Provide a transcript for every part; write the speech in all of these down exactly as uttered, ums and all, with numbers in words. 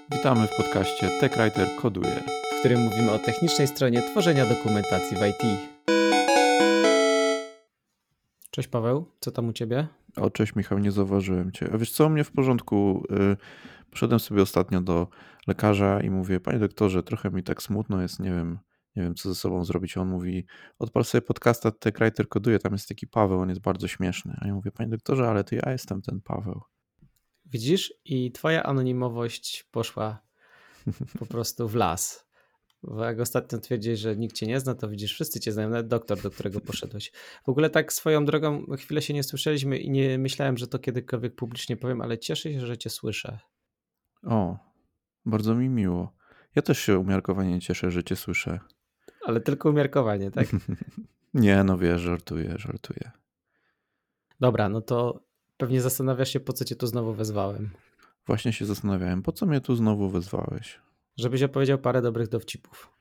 Witamy w podcaście TechWriter Koduje, w którym mówimy o technicznej stronie tworzenia dokumentacji w I T. Cześć Paweł, co tam u Ciebie? O, cześć Michał, nie zauważyłem Cię. A wiesz co, u mnie w porządku. Yy, poszedłem sobie ostatnio do lekarza i mówię, panie doktorze, trochę mi tak smutno jest, nie wiem, nie wiem co ze sobą zrobić. On mówi, odpal sobie podcasta TechWriter Koduje, tam jest taki Paweł, on jest bardzo śmieszny. A ja mówię, panie doktorze, ale to ja jestem ten Paweł. Widzisz? I Twoja anonimowość poszła po prostu w las. Bo jak ostatnio twierdzisz, że nikt Cię nie zna, to widzisz, wszyscy Cię znają, nawet doktor, do którego poszedłeś. W ogóle tak swoją drogą chwilę się nie słyszeliśmy i nie myślałem, że to kiedykolwiek publicznie powiem, ale cieszę się, że Cię słyszę. O, bardzo mi miło. Ja też się umiarkowanie cieszę, że Cię słyszę. Ale tylko umiarkowanie, tak? Nie, no wiesz, żartuję, żartuję. Dobra, no to pewnie zastanawiasz się, po co Cię tu znowu wezwałem. Właśnie się zastanawiałem, po co mnie tu znowu wezwałeś? Żebyś opowiedział parę dobrych dowcipów.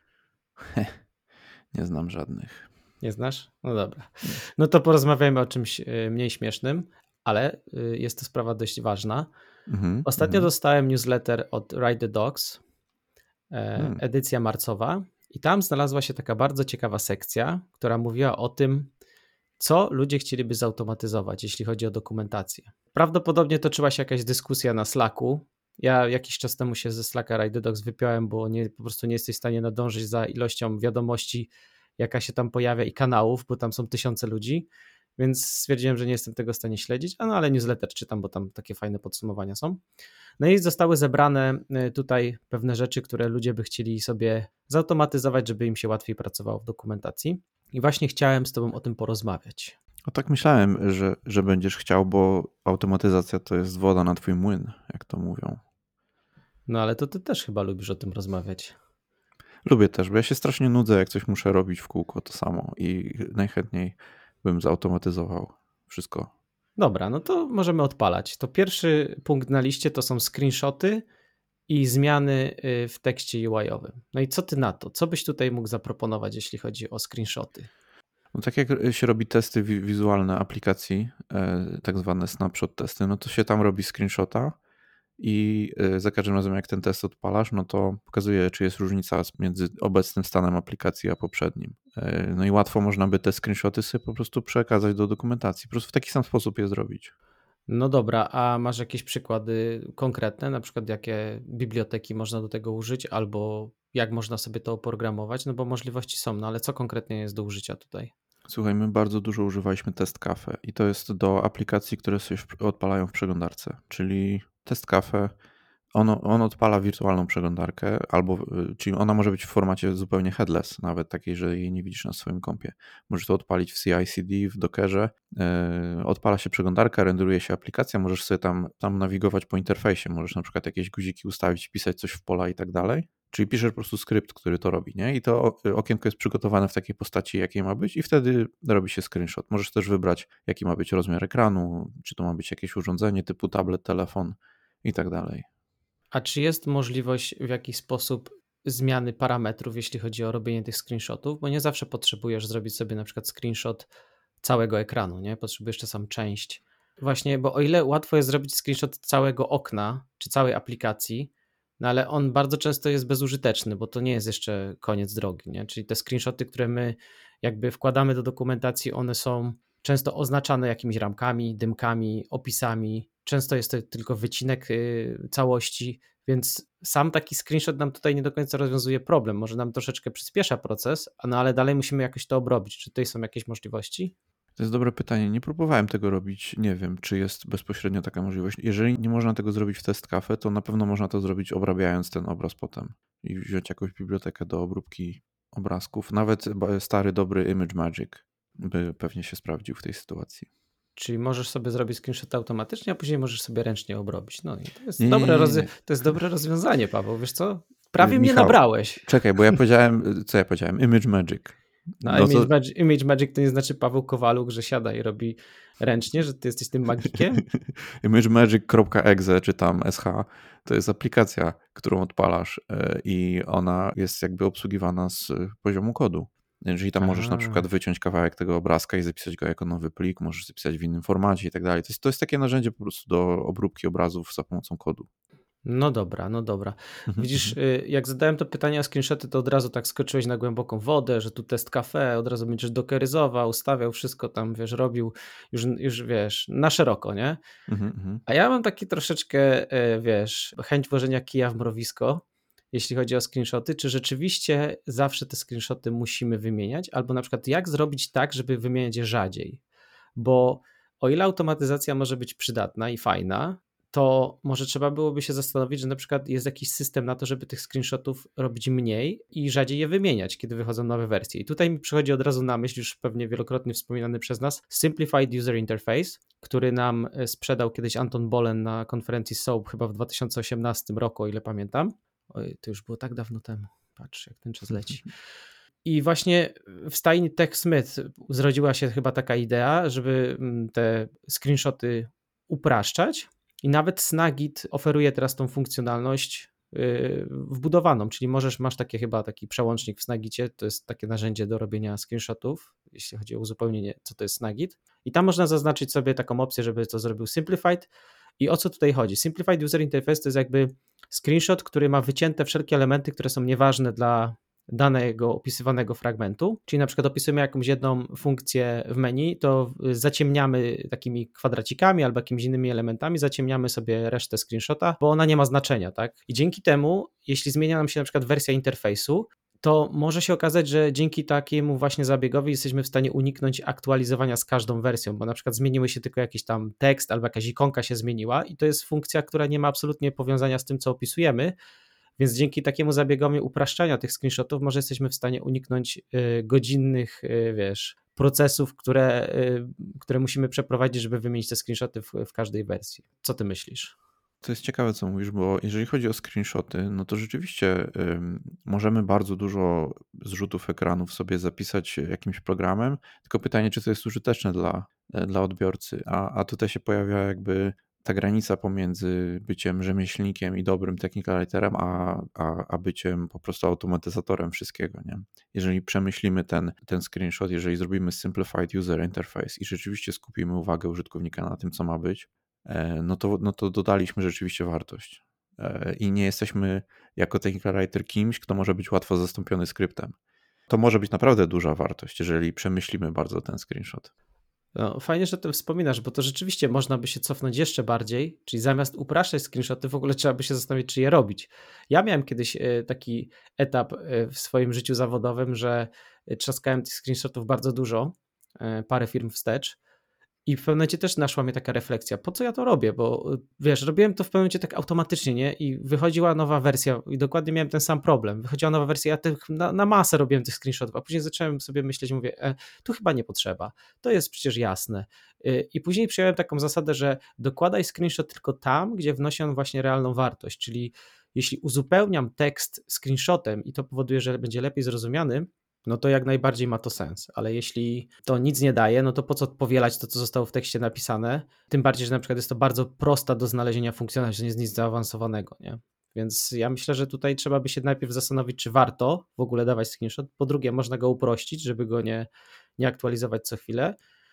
Nie znam żadnych. Nie znasz? No dobra. No to porozmawiajmy o czymś mniej śmiesznym, ale jest to sprawa dość ważna. Mhm, Ostatnio mhm. dostałem newsletter od Ride the Dogs, Hmm. edycja marcowa, i tam znalazła się taka bardzo ciekawa sekcja, która mówiła o tym, co ludzie chcieliby zautomatyzować, jeśli chodzi o dokumentację. Prawdopodobnie toczyła się jakaś dyskusja na Slacku. Ja jakiś czas temu się ze Slacka Ride the Dogs wypiąłem, bo nie, po prostu nie jesteś w stanie nadążyć za ilością wiadomości, jaka się tam pojawia, i kanałów, bo tam są tysiące ludzi, więc stwierdziłem, że nie jestem tego w stanie śledzić, a no ale newsletter czytam, bo tam takie fajne podsumowania są. No i zostały zebrane tutaj pewne rzeczy, które ludzie by chcieli sobie zautomatyzować, żeby im się łatwiej pracowało w dokumentacji. I właśnie chciałem z Tobą o tym porozmawiać. O tak myślałem, że, że będziesz chciał, bo automatyzacja to jest woda na twój młyn, jak to mówią. No ale to Ty też chyba lubisz o tym rozmawiać. Lubię też, bo ja się strasznie nudzę, jak coś muszę robić w kółko to samo i najchętniej bym zautomatyzował wszystko. Dobra, no to możemy odpalać. To pierwszy punkt na liście to są screenshoty i zmiany w tekście U I-owym. No i co Ty na to? Co byś tutaj mógł zaproponować, jeśli chodzi o screenshoty? No tak jak się robi testy wi- wizualne aplikacji, e, tak zwane snapshot testy, no to się tam robi screenshota i e, za każdym razem jak ten test odpalasz, no to pokazuje, czy jest różnica między obecnym stanem aplikacji a poprzednim. E, No i łatwo można by te screenshoty sobie po prostu przekazać do dokumentacji. Po prostu w taki sam sposób je zrobić. No dobra, a masz jakieś przykłady konkretne, na przykład jakie biblioteki można do tego użyć, albo jak można sobie to oprogramować? No bo możliwości są, no ale co konkretnie jest do użycia tutaj? Słuchaj, my bardzo dużo używaliśmy Test Cafe i to jest do aplikacji, które sobie w- odpalają w przeglądarce, czyli Test Cafe, ono, on odpala wirtualną przeglądarkę, albo, y, czyli ona może być w formacie zupełnie headless, nawet takiej, że jej nie widzisz na swoim kompie. Możesz to odpalić w C I C D, w Dockerze, yy, odpala się przeglądarka, renderuje się aplikacja, możesz sobie tam, tam nawigować po interfejsie, możesz na przykład jakieś guziki ustawić, pisać coś w pola i tak dalej. Czyli piszesz po prostu skrypt, który to robi, nie? I to okienko jest przygotowane w takiej postaci, jakiej ma być, i wtedy robi się screenshot. Możesz też wybrać, jaki ma być rozmiar ekranu, czy to ma być jakieś urządzenie typu tablet, telefon i tak dalej. A czy jest możliwość w jakiś sposób zmiany parametrów, jeśli chodzi o robienie tych screenshotów? Bo nie zawsze potrzebujesz zrobić sobie na przykład screenshot całego ekranu, nie? Potrzebujesz czasem część. Właśnie, bo o ile łatwo jest zrobić screenshot całego okna czy całej aplikacji, no ale on bardzo często jest bezużyteczny, bo to nie jest jeszcze koniec drogi, nie? Czyli te screenshoty, które my jakby wkładamy do dokumentacji, one są często oznaczane jakimiś ramkami, dymkami, opisami. Często jest to tylko wycinek całości, więc sam taki screenshot nam tutaj nie do końca rozwiązuje problem. Może nam troszeczkę przyspiesza proces, no ale dalej musimy jakoś to obrobić. Czy tutaj są jakieś możliwości? To jest dobre pytanie. Nie próbowałem tego robić. Nie wiem, czy jest bezpośrednio taka możliwość. Jeżeli nie można tego zrobić w Test Cafe, to na pewno można to zrobić obrabiając ten obraz potem i wziąć jakąś bibliotekę do obróbki obrazków. Nawet stary, dobry ImageMagick by pewnie się sprawdził w tej sytuacji. Czyli możesz sobie zrobić screenshot automatycznie, a później możesz sobie ręcznie obrobić. No i to jest, Nie, dobre, nie, nie, rozwi- nie. to jest dobre rozwiązanie, Paweł. Wiesz co? Prawie Michał, mnie nabrałeś. Czekaj, bo ja powiedziałem, co ja powiedziałem? ImageMagick. No, No Image, to... Magic, Image Magic to nie znaczy Paweł Kowaluk, że siada i robi ręcznie, że ty jesteś tym magikiem? ImageMagick kropka e x e czy tam S H to jest aplikacja, którą odpalasz i ona jest jakby obsługiwana z poziomu kodu. Jeżeli tam możesz Aha. na przykład wyciąć kawałek tego obrazka i zapisać go jako nowy plik, możesz zapisać w innym formacie i tak dalej. To jest, to jest takie narzędzie po prostu do obróbki obrazów za pomocą kodu. No dobra, no dobra. Mhm, Widzisz, mhm, y, jak zadałem to pytanie o screenshoty, to od razu tak skoczyłeś na głęboką wodę, że tu test cafe, od razu będziesz dokeryzował, ustawiał wszystko tam, wiesz, robił już, już wiesz, na szeroko, nie? mhm, mhm. A ja mam taki troszeczkę, e, wiesz, chęć włożenia kija w mrowisko, jeśli chodzi o screenshoty. Czy rzeczywiście zawsze te screenshoty musimy wymieniać? Albo na przykład jak zrobić tak, żeby wymieniać je rzadziej? Bo o ile automatyzacja może być przydatna i fajna, to może trzeba byłoby się zastanowić, że na przykład jest jakiś system na to, żeby tych screenshotów robić mniej i rzadziej je wymieniać, kiedy wychodzą nowe wersje. I tutaj mi przychodzi od razu na myśl, już pewnie wielokrotnie wspominany przez nas, Simplified User Interface, który nam e, sprzedał kiedyś Anton Bolen na konferencji SOAP chyba w dwa tysiące osiemnastym roku, o ile pamiętam. Oj, to już było tak dawno temu. Patrz, jak ten czas leci. I właśnie w stajni TechSmith zrodziła się chyba taka idea, żeby mm, te screenshoty upraszczać i nawet Snagit oferuje teraz tą funkcjonalność yy, wbudowaną, czyli możesz, masz takie chyba taki przełącznik w Snagicie, to jest takie narzędzie do robienia screenshotów, jeśli chodzi o uzupełnienie, co to jest Snagit. I tam można zaznaczyć sobie taką opcję, żeby to zrobił Simplified. I o co tutaj chodzi? Simplified User Interface to jest jakby screenshot, który ma wycięte wszelkie elementy, które są nieważne dla danego opisywanego fragmentu, czyli na przykład opisujemy jakąś jedną funkcję w menu, to zaciemniamy takimi kwadracikami albo jakimiś innymi elementami, zaciemniamy sobie resztę screenshota, bo ona nie ma znaczenia, tak? I dzięki temu, jeśli zmienia nam się na przykład wersja interfejsu, to może się okazać, że dzięki takiemu właśnie zabiegowi jesteśmy w stanie uniknąć aktualizowania z każdą wersją, bo na przykład zmieniły się tylko jakiś tam tekst albo jakaś ikonka się zmieniła i to jest funkcja, która nie ma absolutnie powiązania z tym, co opisujemy, więc dzięki takiemu zabiegowi upraszczania tych screenshotów może jesteśmy w stanie uniknąć y, godzinnych, y, wiesz, procesów, które, y, które musimy przeprowadzić, żeby wymienić te screenshoty w, w każdej wersji. Co ty myślisz? To jest ciekawe, co mówisz, bo jeżeli chodzi o screenshoty, no to rzeczywiście ym, możemy bardzo dużo zrzutów ekranów sobie zapisać jakimś programem, tylko pytanie, czy to jest użyteczne dla, e, dla odbiorcy, a, a tutaj się pojawia jakby ta granica pomiędzy byciem rzemieślnikiem i dobrym technical writerem, a, a, a byciem po prostu automatyzatorem wszystkiego, nie? Jeżeli przemyślimy ten, ten screenshot, jeżeli zrobimy simplified user interface i rzeczywiście skupimy uwagę użytkownika na tym, co ma być, e, no to, no to dodaliśmy rzeczywiście wartość. E, I nie jesteśmy jako technical writer kimś, kto może być łatwo zastąpiony skryptem. To może być naprawdę duża wartość, jeżeli przemyślimy bardzo ten screenshot. No, fajnie, że o tym wspominasz, bo to rzeczywiście można by się cofnąć jeszcze bardziej, czyli zamiast upraszczać screenshoty, w ogóle trzeba by się zastanowić, czy je robić. Ja miałem kiedyś e, taki etap e, w swoim życiu zawodowym, że e, trzaskałem tych screenshotów bardzo dużo, e, parę firm wstecz. I w pewnym momencie też naszła mnie taka refleksja, po co ja to robię, bo wiesz, robiłem to w pewnym momencie tak automatycznie, nie? I wychodziła nowa wersja i dokładnie miałem ten sam problem. Wychodziła nowa wersja, ja tych na, na masę robiłem tych screenshotów, a później zacząłem sobie myśleć, mówię, e, tu chyba nie potrzeba, to jest przecież jasne. Y, I później przyjąłem taką zasadę, że dokładaj screenshot tylko tam, gdzie wnosi on właśnie realną wartość, czyli jeśli uzupełniam tekst screenshotem i to powoduje, że będzie lepiej zrozumiany, no to jak najbardziej ma to sens, ale jeśli to nic nie daje, no to po co powielać to, co zostało w tekście napisane, tym bardziej, że na przykład jest to bardzo prosta do znalezienia funkcjonalność, że nie jest nic zaawansowanego, nie? Więc ja myślę, że tutaj trzeba by się najpierw zastanowić, czy warto w ogóle dawać screenshot, po drugie można go uprościć, żeby go nie, nie aktualizować co chwilę,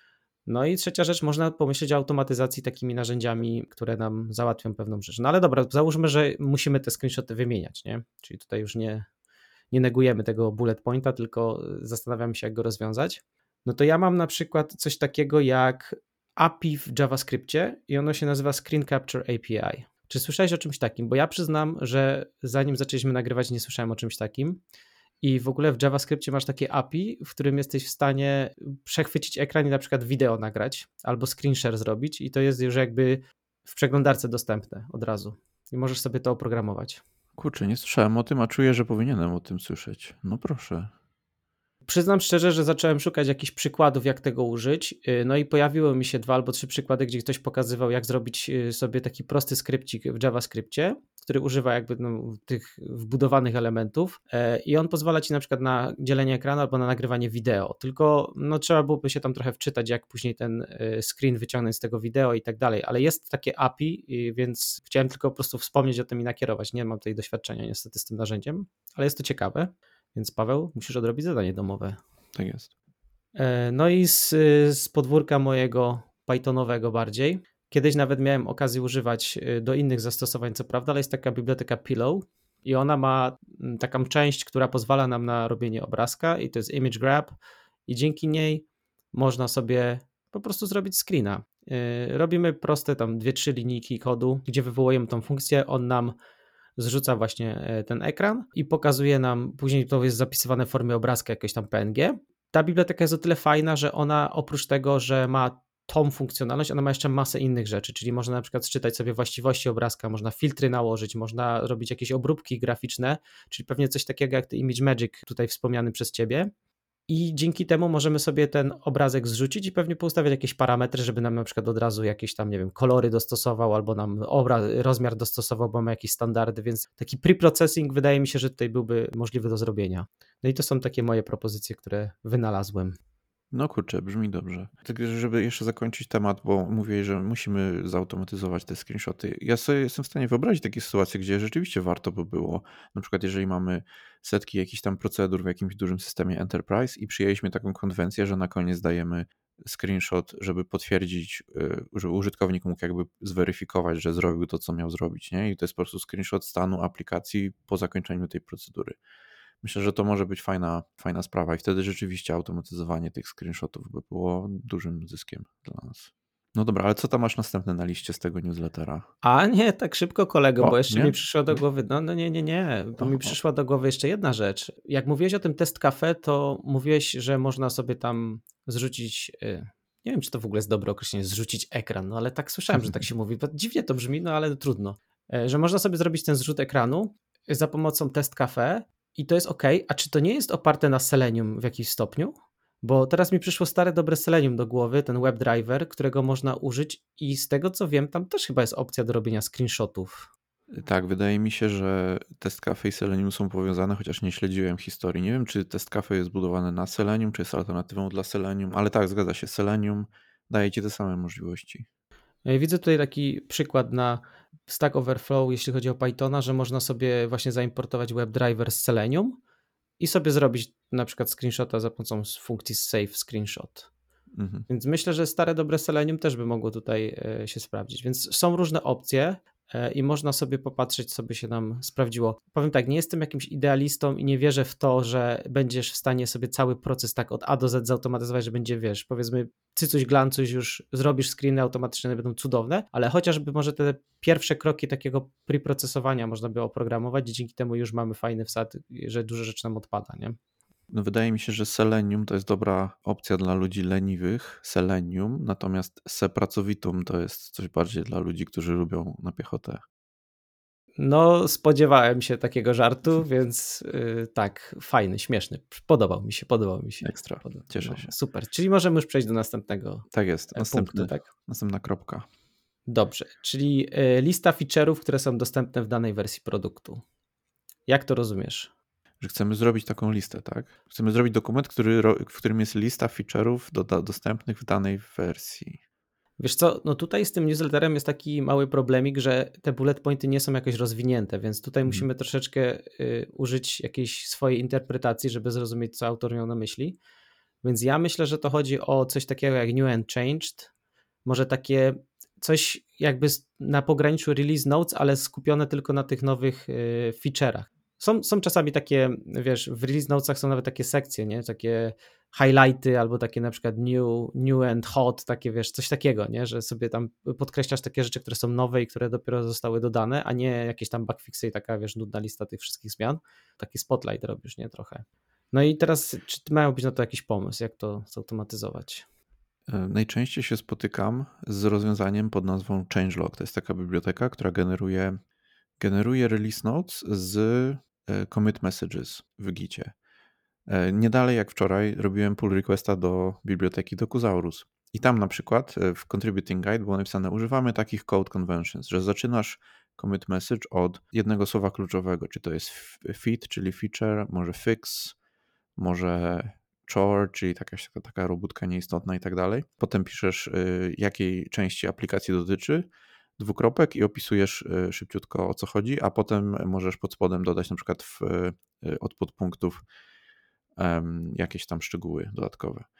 no i trzecia rzecz, można pomyśleć o automatyzacji takimi narzędziami, które nam załatwią pewną rzecz. No ale dobra, załóżmy, że musimy te screenshoty wymieniać, nie? Czyli tutaj już nie, nie negujemy tego bullet pointa, tylko zastanawiamy się, jak go rozwiązać. No to ja mam na przykład coś takiego jak A P I w JavaScriptie i ono się nazywa Screen Capture A P I. Czy słyszałeś o czymś takim? Bo ja przyznam, że zanim zaczęliśmy nagrywać, nie słyszałem o czymś takim. I w ogóle w JavaScriptie masz takie A P I, w którym jesteś w stanie przechwycić ekran i na przykład wideo nagrać albo screen share zrobić i to jest już jakby w przeglądarce dostępne od razu. I możesz sobie to oprogramować. Kurczę, nie słyszałem o tym, a czuję, że powinienem o tym słyszeć. No proszę. Przyznam szczerze, że zacząłem szukać jakichś przykładów, jak tego użyć. No i pojawiły mi się dwa albo trzy przykłady, gdzie ktoś pokazywał, jak zrobić sobie taki prosty skrypcik w JavaScriptie, który używa jakby no, tych wbudowanych elementów i on pozwala ci na przykład na dzielenie ekranu albo na nagrywanie wideo. Tylko no, trzeba byłoby się tam trochę wczytać, jak później ten screen wyciągnąć z tego wideo i tak dalej. Ale jest takie A P I, więc chciałem tylko po prostu wspomnieć o tym i nakierować. Nie mam tutaj doświadczenia niestety z tym narzędziem, ale jest to ciekawe. Więc Paweł, musisz odrobić zadanie domowe. Tak jest. No i z, z podwórka mojego Pythonowego bardziej. Kiedyś nawet miałem okazję używać y, do innych zastosowań, co prawda, ale jest taka biblioteka Pillow i ona ma mm, taką część, która pozwala nam na robienie obrazka i to jest image grab i dzięki niej można sobie po prostu zrobić screena. Y, Robimy proste tam dwie, trzy linijki kodu, gdzie wywołujemy tą funkcję, on nam zrzuca właśnie e, ten ekran i pokazuje nam, później to jest zapisywane w formie obrazka jakieś tam P N G. Ta biblioteka jest o tyle fajna, że ona oprócz tego, że ma tą funkcjonalność, ona ma jeszcze masę innych rzeczy, czyli można na przykład czytać sobie właściwości obrazka, można filtry nałożyć, można robić jakieś obróbki graficzne, czyli pewnie coś takiego jak Image Magic tutaj wspomniany przez ciebie. I dzięki temu możemy sobie ten obrazek zrzucić i pewnie poustawiać jakieś parametry, żeby nam na przykład od razu jakieś tam, nie wiem, kolory dostosował albo nam obraz, rozmiar dostosował, bo ma jakieś standardy, więc taki pre-processing wydaje mi się, że tutaj byłby możliwy do zrobienia. No i to są takie moje propozycje, które wynalazłem. No kurczę, brzmi dobrze. Tak, żeby jeszcze zakończyć temat, bo mówię, że musimy zautomatyzować te screenshoty. Ja sobie jestem w stanie wyobrazić takie sytuacje, gdzie rzeczywiście warto by było, na przykład jeżeli mamy setki jakichś tam procedur w jakimś dużym systemie enterprise i przyjęliśmy taką konwencję, że na koniec dajemy screenshot, żeby potwierdzić, y, żeby użytkownik mógł jakby zweryfikować, że zrobił to, co miał zrobić, nie? I to jest po prostu screenshot stanu aplikacji po zakończeniu tej procedury. Myślę, że to może być fajna, fajna sprawa i wtedy rzeczywiście automatyzowanie tych screenshotów by było dużym zyskiem dla nas. No dobra, ale co tam masz następne na liście z tego newslettera? A nie, tak szybko kolego, bo O, jeszcze nie? mi przyszła do głowy, no, no nie, nie, nie, bo O, mi o. przyszła do głowy jeszcze jedna rzecz. Jak mówiłeś o tym test cafe, to mówiłeś, że można sobie tam zrzucić, y, nie wiem, czy to w ogóle jest dobre określenie, zrzucić ekran, no ale tak słyszałem, że tak się mówi, bo dziwnie to brzmi, no ale trudno, E, że można sobie zrobić ten zrzut ekranu za pomocą test cafe i to jest ok, a czy to nie jest oparte na Selenium w jakimś stopniu? Bo teraz mi przyszło stare dobre Selenium do głowy, ten WebDriver, którego można użyć i z tego co wiem, tam też chyba jest opcja do robienia screenshotów. Tak, wydaje mi się, że Test Cafe i Selenium są powiązane, chociaż nie śledziłem historii. Nie wiem, czy Test Cafe jest zbudowane na Selenium, czy jest alternatywą dla Selenium, ale tak, zgadza się, Selenium daje ci te same możliwości. Ja widzę tutaj taki przykład na Stack Overflow, jeśli chodzi o Pythona, że można sobie właśnie zaimportować WebDriver z Selenium i sobie zrobić na przykład screenshota za pomocą funkcji Save Screenshot. Mhm. Więc myślę, że stare dobre Selenium też by mogło tutaj e, się sprawdzić. Więc są różne opcje e, i można sobie popatrzeć, co by się nam sprawdziło. Powiem tak, nie jestem jakimś idealistą i nie wierzę w to, że będziesz w stanie sobie cały proces tak od A do Z zautomatyzować, że będzie, wiesz, powiedzmy cycuś glancuś już zrobisz screeny automatyczne, one będą cudowne, ale chociażby może te pierwsze kroki takiego preprocesowania można by oprogramować i dzięki temu już mamy fajny wsad, że dużo rzeczy nam odpada, nie? No wydaje mi się, że Selenium to jest dobra opcja dla ludzi leniwych, Selenium, natomiast Sepracovitum to jest coś bardziej dla ludzi, którzy lubią na piechotę. No, spodziewałem się takiego żartu, więc yy, tak, fajny, śmieszny. Podobał mi się, podobał mi się. Ekstra, Podobał. cieszę No, się. super, czyli możemy już przejść do następnego Tak jest, e, następny, punktu, tak? następna kropka. Dobrze, czyli y, lista feature'ów, które są dostępne w danej wersji produktu. Jak to rozumiesz? Że chcemy zrobić taką listę, tak? Chcemy zrobić dokument, który, ro- w którym jest lista feature'ów do, do, dostępnych w danej wersji. Wiesz co, no tutaj z tym newsletterem jest taki mały problemik, że te bullet pointy nie są jakoś rozwinięte, więc tutaj Mhm. musimy troszeczkę y, użyć jakiejś swojej interpretacji, żeby zrozumieć, co autor miał na myśli. Więc ja myślę, że to chodzi o coś takiego jak new and changed, może takie coś jakby na pograniczu release notes, ale skupione tylko na tych nowych y, feature'ach. Są, są czasami takie, wiesz, w release notesach są nawet takie sekcje, nie? Takie highlighty albo takie na przykład new, new and hot, takie wiesz, coś takiego, nie? Że sobie tam podkreślasz takie rzeczy, które są nowe i które dopiero zostały dodane, a nie jakieś tam bugfixy i taka, wiesz, nudna lista tych wszystkich zmian. Taki spotlight robisz, nie? Trochę. No i teraz, czy mają być na to jakiś pomysł, jak to zautomatyzować? Najczęściej się spotykam z rozwiązaniem pod nazwą changelog. To jest taka biblioteka, która generuje, generuje release notes z commit messages w gicie. Nie dalej jak wczoraj robiłem pull requesta do biblioteki Dokuzaurus. I tam na przykład w contributing guide było napisane: używamy takich code conventions, że zaczynasz commit message od jednego słowa kluczowego, czy to jest fit, czyli feature, może fix, może chore, czyli taka, taka robótka nieistotna i tak dalej. Potem piszesz, jakiej części aplikacji dotyczy, dwukropek i opisujesz szybciutko, o co chodzi, a potem możesz pod spodem dodać na przykład w, od podpunktów um, jakieś tam szczegóły dodatkowe.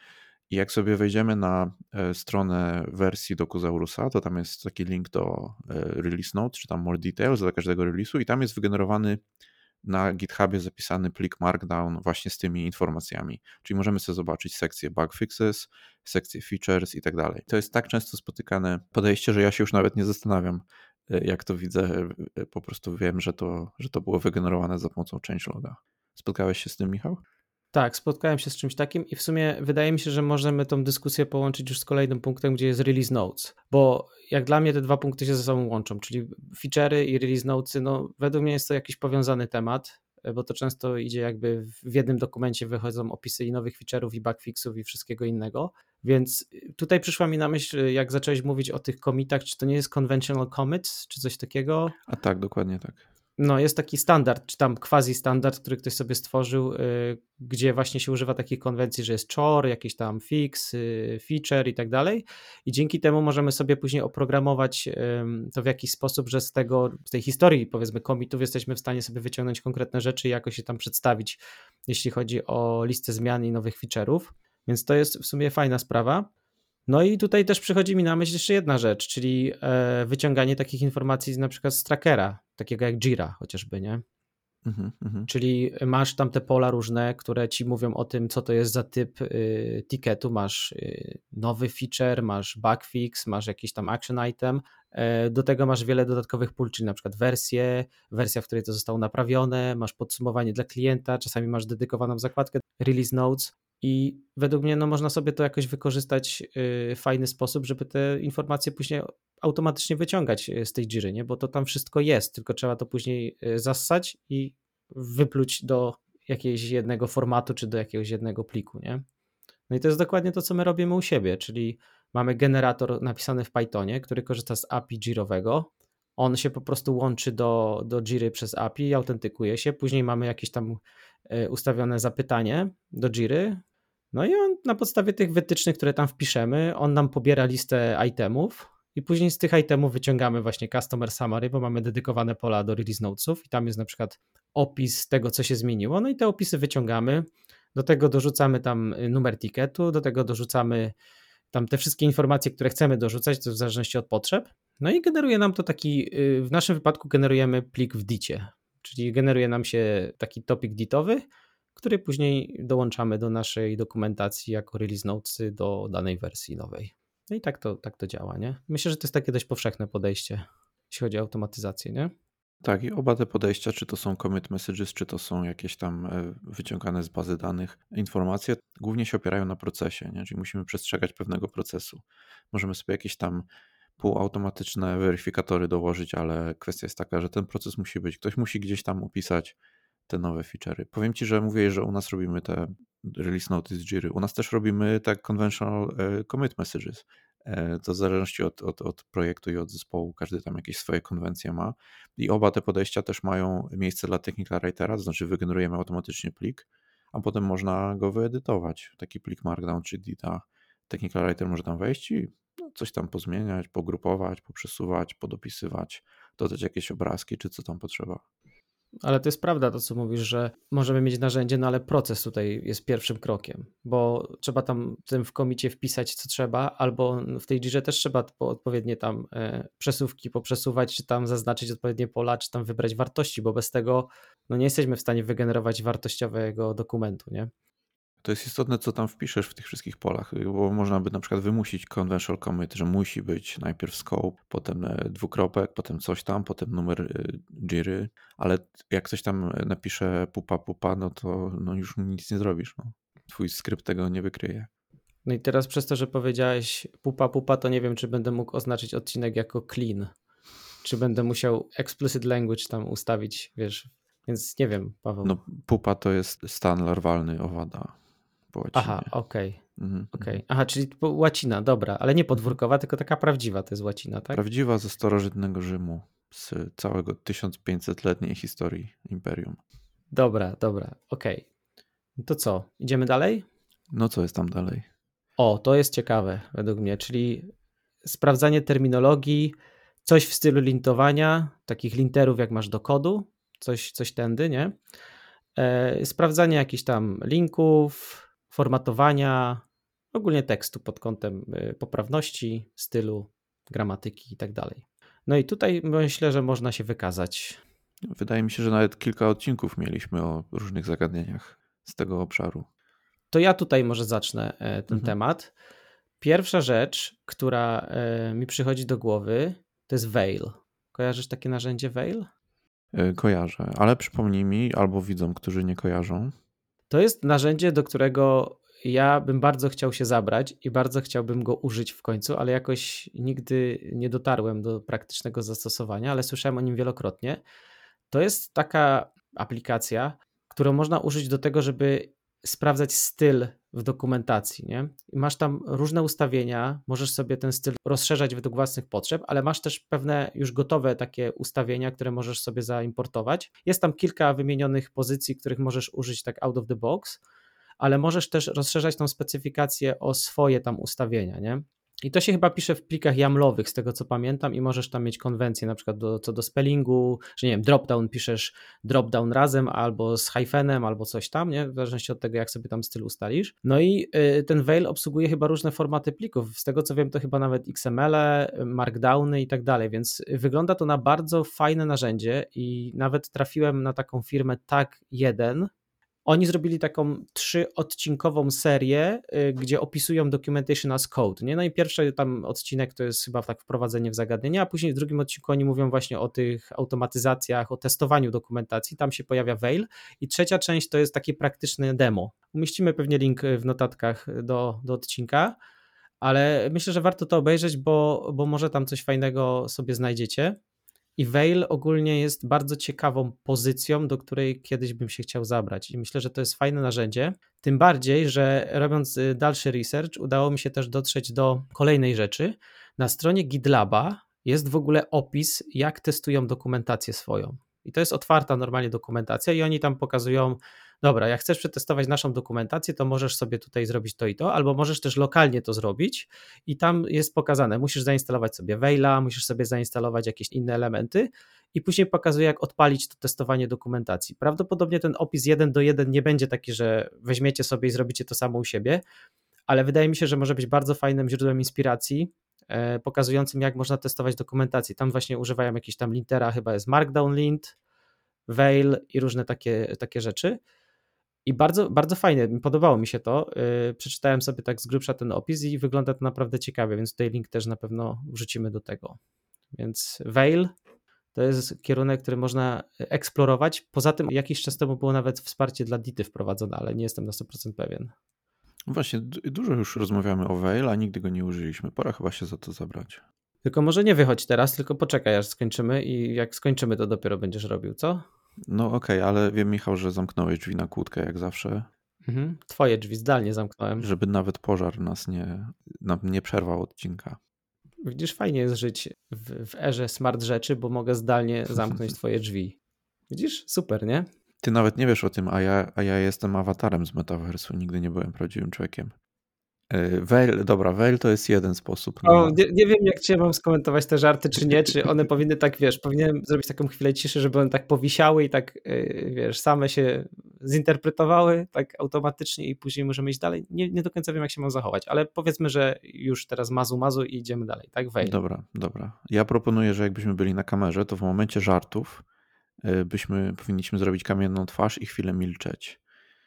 I jak sobie wejdziemy na e, stronę wersji Dokuzaurusa, to tam jest taki link do e, release notes, czy tam more details do każdego release'u i tam jest wygenerowany na GitHubie zapisany plik Markdown właśnie z tymi informacjami. Czyli możemy sobie zobaczyć sekcję bug fixes, sekcję features i tak dalej. To jest tak często spotykane podejście, że ja się już nawet nie zastanawiam, e, jak to widzę. E, Po prostu wiem, że to, że to było wygenerowane za pomocą changeloga. Spotkałeś się z tym, Michał? Tak, spotkałem się z czymś takim i w sumie wydaje mi się, że możemy tą dyskusję połączyć już z kolejnym punktem, gdzie jest release notes, bo jak dla mnie te dwa punkty się ze sobą łączą, czyli feature'y i release notesy, no według mnie jest to jakiś powiązany temat, bo to często idzie jakby w jednym dokumencie wychodzą opisy i nowych feature'ów i bugfixów i wszystkiego innego, więc tutaj przyszła mi na myśl, jak zacząłeś mówić o tych commitach, czy to nie jest conventional commits, czy coś takiego? A tak, dokładnie tak. No, jest taki standard, czy tam quasi standard, który ktoś sobie stworzył, y, gdzie właśnie się używa takich konwencji, że jest chore, jakiś tam fix, y, feature i tak dalej. I dzięki temu możemy sobie później oprogramować ym, to w jakiś sposób, że z tego, z tej historii, powiedzmy, commitów jesteśmy w stanie sobie wyciągnąć konkretne rzeczy i jakoś się tam przedstawić, jeśli chodzi o listę zmian i nowych feature'ów. Więc to jest w sumie fajna sprawa. No i tutaj też przychodzi mi na myśl jeszcze jedna rzecz, czyli e, wyciąganie takich informacji z, na przykład z trackera, takiego jak Jira chociażby, nie? Mhm, mhm. Czyli masz tam te pola różne, które ci mówią o tym, co to jest za typ y, ticketu, masz y, nowy feature, masz bugfix, masz jakiś tam action item, e, do tego masz wiele dodatkowych pól, czyli na przykład wersję, wersja, w której to zostało naprawione, masz podsumowanie dla klienta, czasami masz dedykowaną zakładkę release notes. I według mnie no, można sobie to jakoś wykorzystać w fajny sposób, żeby te informacje później automatycznie wyciągać z tej Jiry, nie? Bo to tam wszystko jest, tylko trzeba to później zassać i wypluć do jakiegoś jednego formatu, czy do jakiegoś jednego pliku, nie? No i to jest dokładnie to, co my robimy u siebie, czyli mamy generator napisany w Pythonie, który korzysta z A P I Jirowego. On się po prostu łączy do, do Jiry przez A P I, autentykuje się, później mamy jakieś tam ustawione zapytanie do Jiry, no i on na podstawie tych wytycznych, które tam wpiszemy, on nam pobiera listę itemów i później z tych itemów wyciągamy właśnie customer summary, bo mamy dedykowane pola do release notesów i tam jest na przykład opis tego, co się zmieniło, no i te opisy wyciągamy, do tego dorzucamy tam numer ticketu, do tego dorzucamy tam te wszystkie informacje, które chcemy dorzucać, to w zależności od potrzeb, no i generuje nam to taki, w naszym wypadku generujemy plik w dicie, czyli generuje nam się taki topic ditowy, który później dołączamy do naszej dokumentacji jako release notesy do danej wersji nowej. No i tak to, tak to działa, nie? Myślę, że to jest takie dość powszechne podejście, jeśli chodzi o automatyzację, nie? Tak, i oba te podejścia, czy to są commit messages, czy to są jakieś tam e, wyciągane z bazy danych informacje, głównie się opierają na procesie, nie? Czyli musimy przestrzegać pewnego procesu. Możemy sobie jakieś tam półautomatyczne weryfikatory dołożyć, ale kwestia jest taka, że ten proces musi być, ktoś musi gdzieś tam opisać te nowe feature'y. Powiem Ci, że mówię, że u nas robimy te release notes z Jiry. U nas też robimy tak conventional e, commit messages. E, To w zależności od, od, od projektu i od zespołu, każdy tam jakieś swoje konwencje ma. I oba te podejścia też mają miejsce dla technical writera, to znaczy wygenerujemy automatycznie plik, a potem można go wyedytować. Taki plik Markdown czy Dita. Technical writer może tam wejść i no, coś tam pozmieniać, pogrupować, poprzesuwać, podopisywać, dodać jakieś obrazki czy co tam potrzeba. Ale to jest prawda to, co mówisz, że możemy mieć narzędzie, no ale proces tutaj jest pierwszym krokiem, bo trzeba tam w tym w komicie wpisać, co trzeba, albo w tej Jirze też trzeba odpowiednie tam e, przesuwki poprzesuwać, czy tam zaznaczyć odpowiednie pola, czy tam wybrać wartości, bo bez tego no nie jesteśmy w stanie wygenerować wartościowego dokumentu, nie? To jest istotne, co tam wpiszesz w tych wszystkich polach, bo można by na przykład wymusić conventional commit, że musi być najpierw scope, potem dwukropek, potem coś tam, potem numer Jiry, ale jak ktoś tam napisze pupa pupa, no to no już nic nie zrobisz. No. Twój skrypt tego nie wykryje. No i teraz przez to, że powiedziałeś pupa pupa, to nie wiem, czy będę mógł oznaczyć odcinek jako clean, czy będę musiał explicit language tam ustawić, wiesz, więc nie wiem, Paweł. No pupa to jest stan larwalny owada po łacinie. Aha, okej. Okay. Mhm, Okay. mhm. Aha, czyli łacina, dobra, ale nie podwórkowa, tylko taka prawdziwa to jest łacina, tak? Prawdziwa ze starożytnego Rzymu, z całego tysiąc pięćsetletniej historii imperium. Dobra, dobra, okej. Okay. To co, idziemy dalej? No co jest tam dalej? O, to jest ciekawe według mnie, czyli sprawdzanie terminologii, coś w stylu lintowania, takich linterów jak masz do kodu, coś, coś tędy, nie? E, sprawdzanie jakichś tam linków, formatowania, ogólnie tekstu pod kątem poprawności, stylu, gramatyki i tak dalej. No i tutaj myślę, że można się wykazać. Wydaje mi się, że nawet kilka odcinków mieliśmy o różnych zagadnieniach z tego obszaru. To ja tutaj może zacznę ten Mhm. temat. Pierwsza rzecz, która mi przychodzi do głowy, to jest Veil. Kojarzysz takie narzędzie Veil? Kojarzę, ale przypomnij mi albo widzom, którzy nie kojarzą. To jest narzędzie, do którego ja bym bardzo chciał się zabrać i bardzo chciałbym go użyć w końcu, ale jakoś nigdy nie dotarłem do praktycznego zastosowania, ale słyszałem o nim wielokrotnie. To jest taka aplikacja, którą można użyć do tego, żeby sprawdzać styl w dokumentacji. Nie? I masz tam różne ustawienia, możesz sobie ten styl rozszerzać według własnych potrzeb, ale masz też pewne już gotowe takie ustawienia, które możesz sobie zaimportować. Jest tam kilka wymienionych pozycji, których możesz użyć tak out of the box, ale możesz też rozszerzać tą specyfikację o swoje tam ustawienia, nie? I to się chyba pisze w plikach YAML-owych, z tego co pamiętam, i możesz tam mieć konwencję na przykład do, co do spellingu, że nie wiem, dropdown piszesz dropdown razem albo z hyphenem, albo coś tam, nie? W zależności od tego, jak sobie tam styl ustalisz. No i y, ten Veil obsługuje chyba różne formaty plików. Z tego co wiem, to chyba nawet X M L-e, Markdowny i tak dalej, więc wygląda to na bardzo fajne narzędzie i nawet trafiłem na taką firmę tag jeden. Oni zrobili taką trzyodcinkową serię, y, gdzie opisują documentation as code. Nie? No i pierwszy tam odcinek to jest chyba tak wprowadzenie w zagadnienia, a później w drugim odcinku oni mówią właśnie o tych automatyzacjach, o testowaniu dokumentacji. Tam się pojawia Veil. I trzecia część to jest takie praktyczne demo. Umieścimy pewnie link w notatkach do, do odcinka, ale myślę, że warto to obejrzeć, bo, bo może tam coś fajnego sobie znajdziecie. I Veil ogólnie jest bardzo ciekawą pozycją, do której kiedyś bym się chciał zabrać. I myślę, że to jest fajne narzędzie. Tym bardziej, że robiąc dalszy research, udało mi się też dotrzeć do kolejnej rzeczy. Na stronie GitLaba jest w ogóle opis, jak testują dokumentację swoją. I to jest otwarta normalnie dokumentacja i oni tam pokazują, dobra, jak chcesz przetestować naszą dokumentację, to możesz sobie tutaj zrobić to i to, albo możesz też lokalnie to zrobić i tam jest pokazane, musisz zainstalować sobie Veila, musisz sobie zainstalować jakieś inne elementy i później pokazuje, jak odpalić to testowanie dokumentacji. Prawdopodobnie ten opis jeden do jeden nie będzie taki, że weźmiecie sobie i zrobicie to samo u siebie, ale wydaje mi się, że może być bardzo fajnym źródłem inspiracji, pokazującym, jak można testować dokumentację. Tam właśnie używają jakiś tam lintera, chyba jest Markdown lint, Veil i różne takie, takie rzeczy. I bardzo, bardzo fajnie, podobało mi się to. Yy, przeczytałem sobie tak z grubsza ten opis i wygląda to naprawdę ciekawie, więc tutaj link też na pewno wrzucimy do tego. Więc Veil to jest kierunek, który można eksplorować. Poza tym jakiś czas temu było nawet wsparcie dla Dity wprowadzone, ale nie jestem na sto procent pewien. Właśnie, dużo już rozmawiamy o Veil, a nigdy go nie użyliśmy. Pora chyba się za to zabrać. Tylko może nie wychodź teraz, tylko poczekaj aż skończymy i jak skończymy, to dopiero będziesz robił, co? No okej, okay, ale wiem, Michał, że zamknąłeś drzwi na kłódkę jak zawsze. Mhm. Twoje drzwi zdalnie zamknąłem. Żeby nawet pożar nas nie, nam nie przerwał odcinka. Widzisz, fajnie jest żyć w, w erze smart rzeczy, bo mogę zdalnie zamknąć twoje drzwi. Widzisz? Super, nie? Ty nawet nie wiesz o tym, a ja, a ja jestem awatarem z metaversu, nigdy nie byłem prawdziwym człowiekiem. Veil, dobra, Veil to jest jeden sposób. Na... O, nie, nie wiem, jak cię mam skomentować te żarty, czy nie, czy one powinny tak, wiesz, powinienem zrobić taką chwilę ciszy, żeby one tak powisiały i tak, yy, wiesz, same się zinterpretowały tak automatycznie i później możemy iść dalej. Nie, nie do końca wiem, jak się mam zachować, ale powiedzmy, że już teraz mazu, mazu i idziemy dalej, tak? Veil. Dobra, dobra. Ja proponuję, że jakbyśmy byli na kamerze, to w momencie żartów byśmy powinniśmy zrobić kamienną twarz i chwilę milczeć.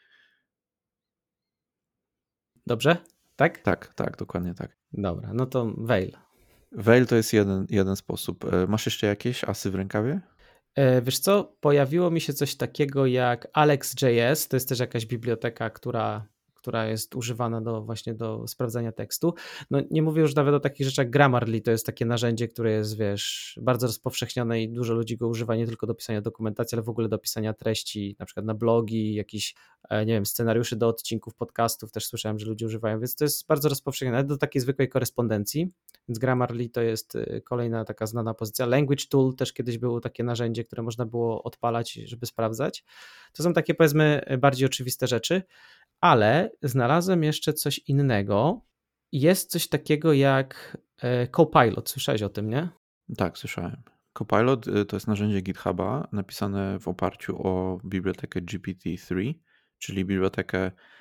Dobrze? Tak? Tak, tak, dokładnie tak. Dobra, no to Veil. Veil to jest jeden, jeden sposób. Masz jeszcze jakieś asy w rękawie? Wiesz co, pojawiło mi się coś takiego jak Alex J S, to jest też jakaś biblioteka, która, która jest używana do właśnie do sprawdzania tekstu. No nie mówię już nawet o takich rzeczach jak Grammarly, to jest takie narzędzie, które jest, wiesz, bardzo rozpowszechnione i dużo ludzi go używa nie tylko do pisania dokumentacji, ale w ogóle do pisania treści, na przykład na blogi, jakiś, nie wiem, scenariuszy do odcinków podcastów, też słyszałem, że ludzie używają, więc to jest bardzo rozpowszechnione do takiej zwykłej korespondencji, więc Grammarly to jest kolejna taka znana pozycja. Language Tool też kiedyś było takie narzędzie, które można było odpalać, żeby sprawdzać. To są takie, powiedzmy, bardziej oczywiste rzeczy, ale znalazłem jeszcze coś innego. Jest coś takiego jak Copilot. Słyszałeś o tym, nie? Tak, słyszałem. Copilot to jest narzędzie GitHuba napisane w oparciu o bibliotekę G P T trzy, czyli bibliotekę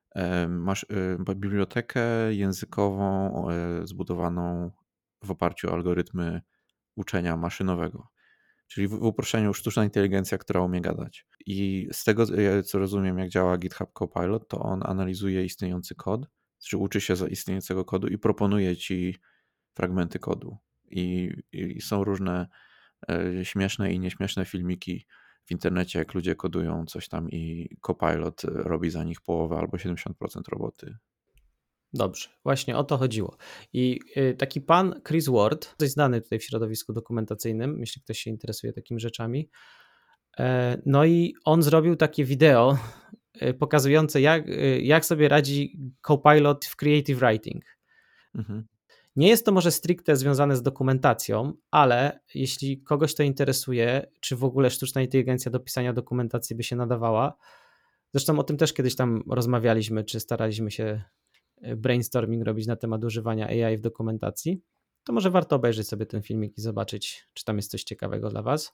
e, masz e, bibliotekę językową e, zbudowaną w oparciu o algorytmy uczenia maszynowego. Czyli w, w uproszczeniu sztuczna inteligencja, która umie gadać. I z tego, e, co rozumiem, jak działa GitHub Copilot, to on analizuje istniejący kod, czy uczy się z istniejącego kodu i proponuje ci fragmenty kodu. I, i są różne e, śmieszne i nieśmieszne filmiki w internecie, jak ludzie kodują coś tam i Copilot robi za nich połowę albo siedemdziesiąt procent roboty. Dobrze, właśnie o to chodziło. I y, taki pan Chris Ward, dość znany tutaj w środowisku dokumentacyjnym, jeśli ktoś się interesuje takimi rzeczami. E, No i on zrobił takie wideo y, pokazujące, jak, y, jak sobie radzi Copilot w Creative Writing. Mhm. Nie jest to może stricte związane z dokumentacją, ale jeśli kogoś to interesuje, czy w ogóle sztuczna inteligencja do pisania dokumentacji by się nadawała, zresztą o tym też kiedyś tam rozmawialiśmy, czy staraliśmy się brainstorming robić na temat używania A I w dokumentacji, to może warto obejrzeć sobie ten filmik i zobaczyć, czy tam jest coś ciekawego dla was.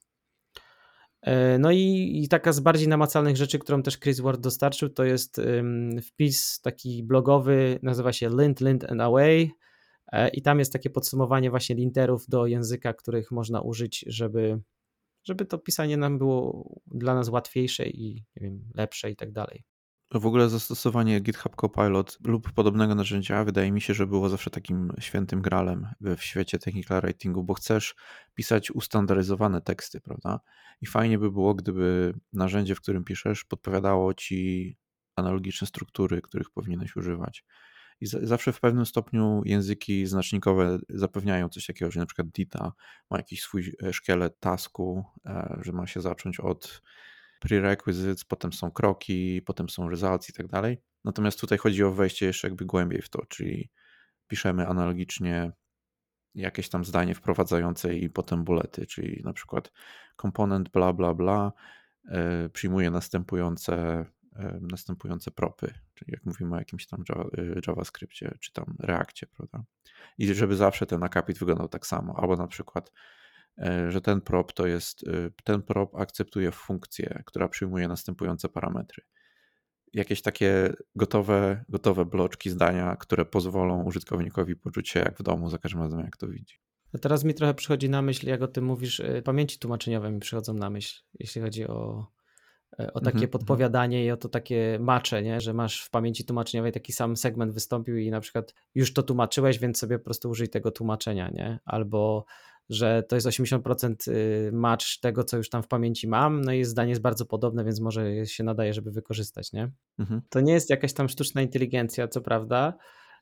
No i, i taka z bardziej namacalnych rzeczy, którą też Chris Ward dostarczył, to jest um, wpis taki blogowy, nazywa się Lint, Lint and Away i tam jest takie podsumowanie właśnie linterów do języka, których można użyć, żeby, żeby to pisanie nam było dla nas łatwiejsze i nie wiem, lepsze i tak dalej. W ogóle zastosowanie GitHub Copilot lub podobnego narzędzia wydaje mi się, że było zawsze takim świętym gralem w świecie technical writingu, bo chcesz pisać ustandaryzowane teksty, prawda? I fajnie by było, gdyby narzędzie, w którym piszesz, podpowiadało ci analogiczne struktury, których powinieneś używać. I z- zawsze w pewnym stopniu języki znacznikowe zapewniają coś takiego, że na przykład Dita ma jakiś swój e, szkielet tasku, e, że ma się zacząć od prerequisites, potem są kroki, potem są results i tak dalej. Natomiast tutaj chodzi o wejście jeszcze jakby głębiej w to, czyli piszemy analogicznie jakieś tam zdanie wprowadzające i potem bulety, czyli na przykład komponent bla bla bla e, przyjmuje następujące, e, następujące propy, czyli jak mówimy o jakimś tam Java, e, JavaScriptie czy tam Reactie, prawda? I żeby zawsze ten akapit wyglądał tak samo, albo na przykład e, że ten prop to jest, e, ten prop akceptuje funkcję, która przyjmuje następujące parametry. Jakieś takie gotowe, gotowe bloczki zdania, które pozwolą użytkownikowi poczuć się jak w domu za każdym razem, jak to widzi. A teraz mi trochę przychodzi na myśl, jak o tym mówisz, y, pamięci tłumaczeniowe mi przychodzą na myśl, jeśli chodzi o, y, o takie Mhm, mhm. podpowiadanie i o to takie macze, nie? Że masz w pamięci tłumaczeniowej taki sam segment wystąpił i na przykład już to tłumaczyłeś, więc sobie po prostu użyj tego tłumaczenia, nie? Albo że to jest osiemdziesiąt procent y, match tego, co już tam w pamięci mam, no i zdanie jest bardzo podobne, więc może się nadaje, żeby wykorzystać, nie? Mhm. To nie jest jakaś tam sztuczna inteligencja, co prawda,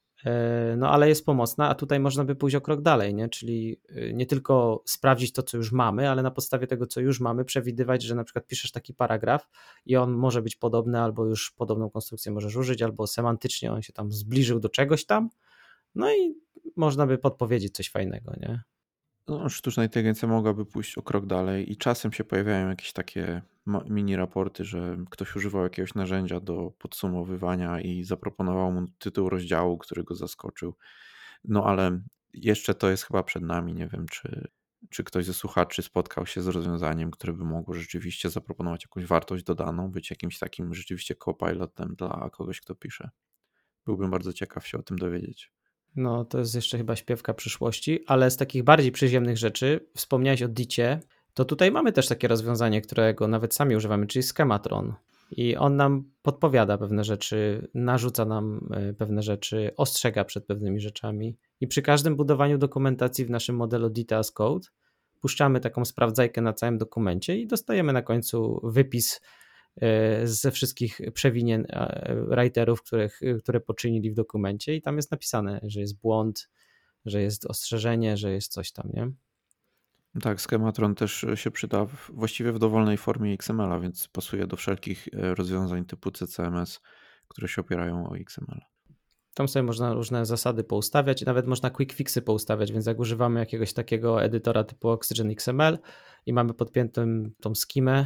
e, no ale jest pomocna, a tutaj można by pójść o krok dalej, nie? Czyli y, nie tylko sprawdzić to, co już mamy, ale na podstawie tego, co już mamy, przewidywać, że na przykład piszesz taki paragraf i on może być podobny, albo już podobną konstrukcję możesz użyć, albo semantycznie on się tam zbliżył do czegoś tam, no i można by podpowiedzieć coś fajnego, nie? No, sztuczna inteligencja mogłaby pójść o krok dalej i czasem się pojawiają jakieś takie ma- mini raporty, że ktoś używał jakiegoś narzędzia do podsumowywania i zaproponował mu tytuł rozdziału, który go zaskoczył. No ale jeszcze to jest chyba przed nami. Nie wiem, czy, czy ktoś ze słuchaczy spotkał się z rozwiązaniem, które by mogło rzeczywiście zaproponować jakąś wartość dodaną, być jakimś takim rzeczywiście copilotem dla kogoś, kto pisze. Byłbym bardzo ciekaw się o tym dowiedzieć. No, to jest jeszcze chyba śpiewka przyszłości, ale z takich bardziej przyziemnych rzeczy, wspomniałeś o Dicie, to tutaj mamy też takie rozwiązanie, którego nawet sami używamy, czyli Schematron. I on nam podpowiada pewne rzeczy, narzuca nam e, pewne rzeczy, ostrzega przed pewnymi rzeczami. I przy każdym budowaniu dokumentacji w naszym modelu Dita as Code puszczamy taką sprawdzajkę na całym dokumencie i dostajemy na końcu wypis e, ze wszystkich przewinień e, writerów, których, które poczynili w dokumencie i tam jest napisane, że jest błąd, że jest ostrzeżenie, że jest coś tam, nie? Tak, schematron też się przyda w, właściwie w dowolnej formie X M L a, więc pasuje do wszelkich e, rozwiązań typu C C M S, które się opierają o X M L. Tam sobie można różne zasady poustawiać i nawet można quick fixy poustawiać, więc jak używamy jakiegoś takiego edytora typu Oxygen X M L i mamy podpiętą tą schemę,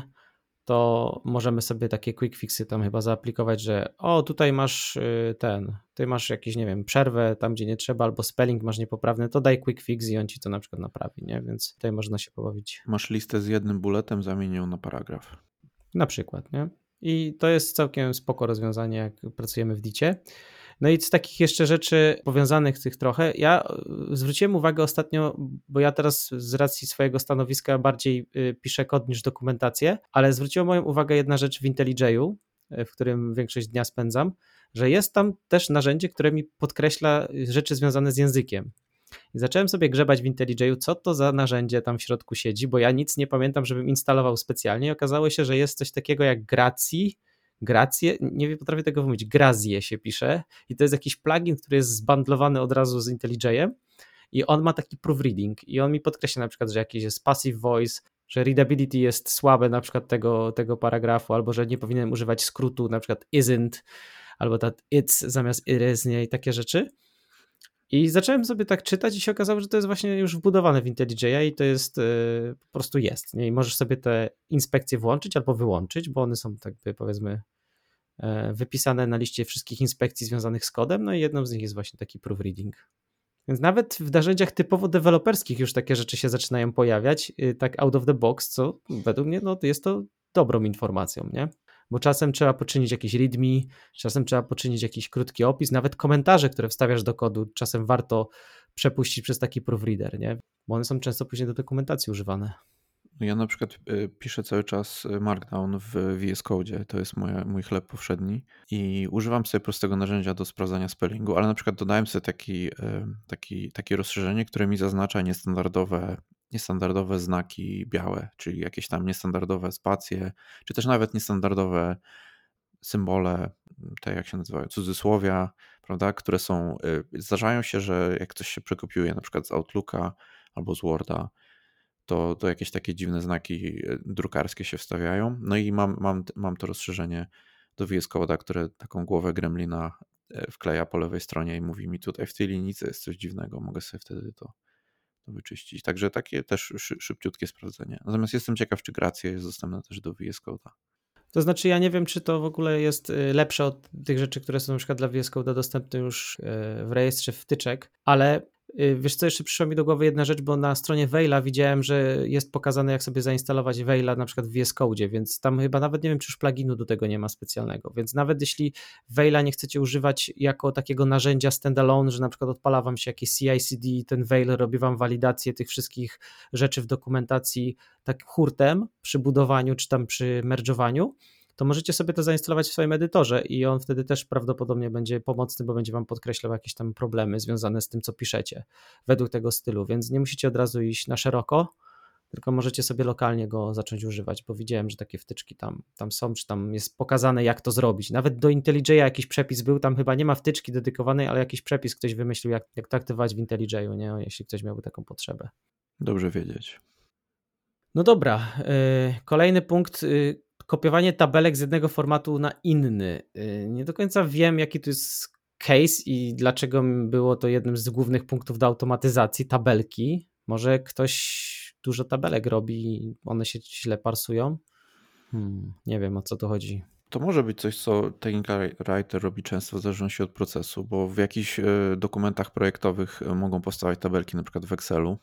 to możemy sobie takie quick fixy tam chyba zaaplikować, że o, tutaj masz y, ten, ty masz jakiś, nie wiem, przerwę tam, gdzie nie trzeba, albo spelling masz niepoprawny, to daj quick fix i on ci to na przykład naprawi, nie? Więc tutaj można się pobawić Masz listę z jednym bulletem, zamień ją na paragraf. na przykład, nie? I to jest całkiem spoko rozwiązanie, jak pracujemy w Dicie. No i z takich jeszcze rzeczy powiązanych tych trochę, ja y, zwróciłem uwagę ostatnio, bo ja teraz z racji swojego stanowiska bardziej y, piszę kod niż dokumentację, ale zwróciła moją uwagę jedna rzecz w IntelliJ'u, y, w którym większość dnia spędzam, że jest tam też narzędzie, które mi podkreśla y, rzeczy związane z językiem. I zacząłem sobie grzebać w IntelliJ'u, co to za narzędzie tam w środku siedzi, bo ja nic nie pamiętam, żebym instalował specjalnie. I okazało się, że jest coś takiego jak Gracji, Gracje, nie potrafię tego wymówić, Grazie się pisze i to jest jakiś plugin, który jest zbundlowany od razu z IntelliJ'em i on ma taki proofreading i on mi podkreśla na przykład, że jakiś jest passive voice, że readability jest słabe na przykład tego, tego paragrafu, albo że nie powinienem używać skrótu na przykład isn't, albo that it's zamiast it is, nie, i takie rzeczy. I zacząłem sobie tak czytać i się okazało, że to jest właśnie już wbudowane w IntelliJ'a i to jest, yy, po prostu jest. Nie? I możesz sobie te inspekcje włączyć albo wyłączyć, bo one są tak by powiedzmy yy, wypisane na liście wszystkich inspekcji związanych z kodem, no i jedną z nich jest właśnie taki proofreading. Więc nawet w narzędziach typowo deweloperskich już takie rzeczy się zaczynają pojawiać, yy, tak out of the box, co według mnie no, jest to dobrą informacją, nie? Bo czasem trzeba poczynić jakiś readme, czasem trzeba poczynić jakiś krótki opis, nawet komentarze, które wstawiasz do kodu, czasem warto przepuścić przez taki proofreader, nie? Bo one są często później do dokumentacji używane. Ja na przykład y, piszę cały czas Markdown w V S Code, to jest moje, mój chleb powszedni i używam sobie prostego narzędzia do sprawdzania spellingu, ale na przykład dodałem sobie taki, y, taki, takie rozszerzenie, które mi zaznacza niestandardowe, niestandardowe znaki białe, czyli jakieś tam niestandardowe spacje, czy też nawet niestandardowe symbole, te jak się nazywają, cudzysłowia, prawda, które są, y, zdarzają się, że jak coś się przekopiuje na przykład z Outlooka albo z Worda, to, to jakieś takie dziwne znaki drukarskie się wstawiają. No i mam, mam, mam to rozszerzenie do V S Code'a, które taką głowę gremlina wkleja po lewej stronie i mówi mi tutaj w tej linijce jest coś dziwnego, mogę sobie wtedy to, to wyczyścić. Także takie też szy, szybciutkie sprawdzenie. Natomiast jestem ciekaw, czy Gracja jest dostępna też do V S Code'a. To znaczy ja nie wiem, czy to w ogóle jest lepsze od tych rzeczy, które są na przykład dla V S Code'a dostępne już w rejestrze wtyczek, ale wiesz co, jeszcze przyszła mi do głowy jedna rzecz, bo na stronie Veila widziałem, że jest pokazane, jak sobie zainstalować Veila na przykład w V S Code'zie, więc tam chyba nawet nie wiem, czy już pluginu do tego nie ma specjalnego, więc nawet jeśli Veila nie chcecie używać jako takiego narzędzia standalone, że na przykład odpala wam się jakieś C I C D, ten Veil robi wam walidację tych wszystkich rzeczy w dokumentacji tak hurtem przy budowaniu czy tam przy merge'owaniu, to możecie sobie to zainstalować w swoim edytorze i on wtedy też prawdopodobnie będzie pomocny, bo będzie wam podkreślał jakieś tam problemy związane z tym, co piszecie według tego stylu, więc nie musicie od razu iść na szeroko, tylko możecie sobie lokalnie go zacząć używać, bo widziałem, że takie wtyczki tam, tam są, czy tam jest pokazane, jak to zrobić. Nawet do IntelliJ'a jakiś przepis był, tam chyba nie ma wtyczki dedykowanej, ale jakiś przepis ktoś wymyślił, jak, jak to aktywować w IntelliJ'u, nie? Jeśli ktoś miałby taką potrzebę. Dobrze wiedzieć. No dobra, kolejny punkt, kopiowanie tabelek z jednego formatu na inny. Nie do końca wiem, jaki to jest case i dlaczego było to jednym z głównych punktów do automatyzacji, tabelki. Może ktoś dużo tabelek robi i one się źle parsują? Hmm, nie wiem, o co tu chodzi. To może być coś, co Technical Writer robi często w zależności od procesu, bo w jakichś dokumentach projektowych mogą powstawać tabelki na przykład w Excelu.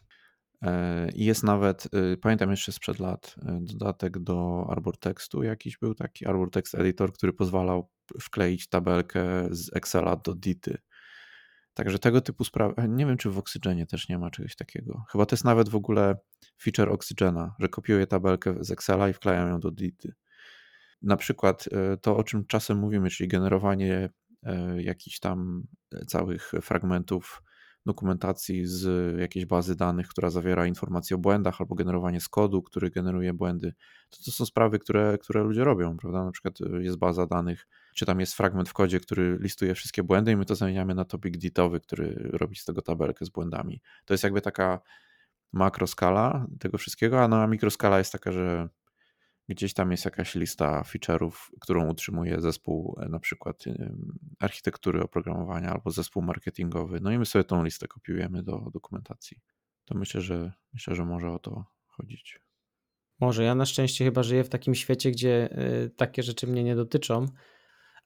I jest nawet, pamiętam jeszcze sprzed lat, dodatek do Arbor Textu, jakiś był taki Arbor Text Editor, który pozwalał wkleić tabelkę z Excela do Dity. Także tego typu sprawy, nie wiem czy w Oxygenie też nie ma czegoś takiego. Chyba to jest nawet w ogóle feature Oxygena, że kopiuję tabelkę z Excela i wklejam ją do Dity. Na przykład to, o czym czasem mówimy, czyli generowanie jakichś tam całych fragmentów dokumentacji z jakiejś bazy danych, która zawiera informacje o błędach, albo generowanie z kodu, który generuje błędy. To, to są sprawy, które, które ludzie robią, prawda? Na przykład jest baza danych, czy tam jest fragment w kodzie, który listuje wszystkie błędy i my to zamieniamy na topic ditowy, który robi z tego tabelkę z błędami. To jest jakby taka makroskala tego wszystkiego, a na mikroskala jest taka, że gdzieś tam jest jakaś lista feature'ów, którą utrzymuje zespół na przykład architektury oprogramowania albo zespół marketingowy. No i my sobie tą listę kopiujemy do dokumentacji. To myślę, że myślę, że może o to chodzić. Może. Ja na szczęście chyba żyję w takim świecie, gdzie takie rzeczy mnie nie dotyczą,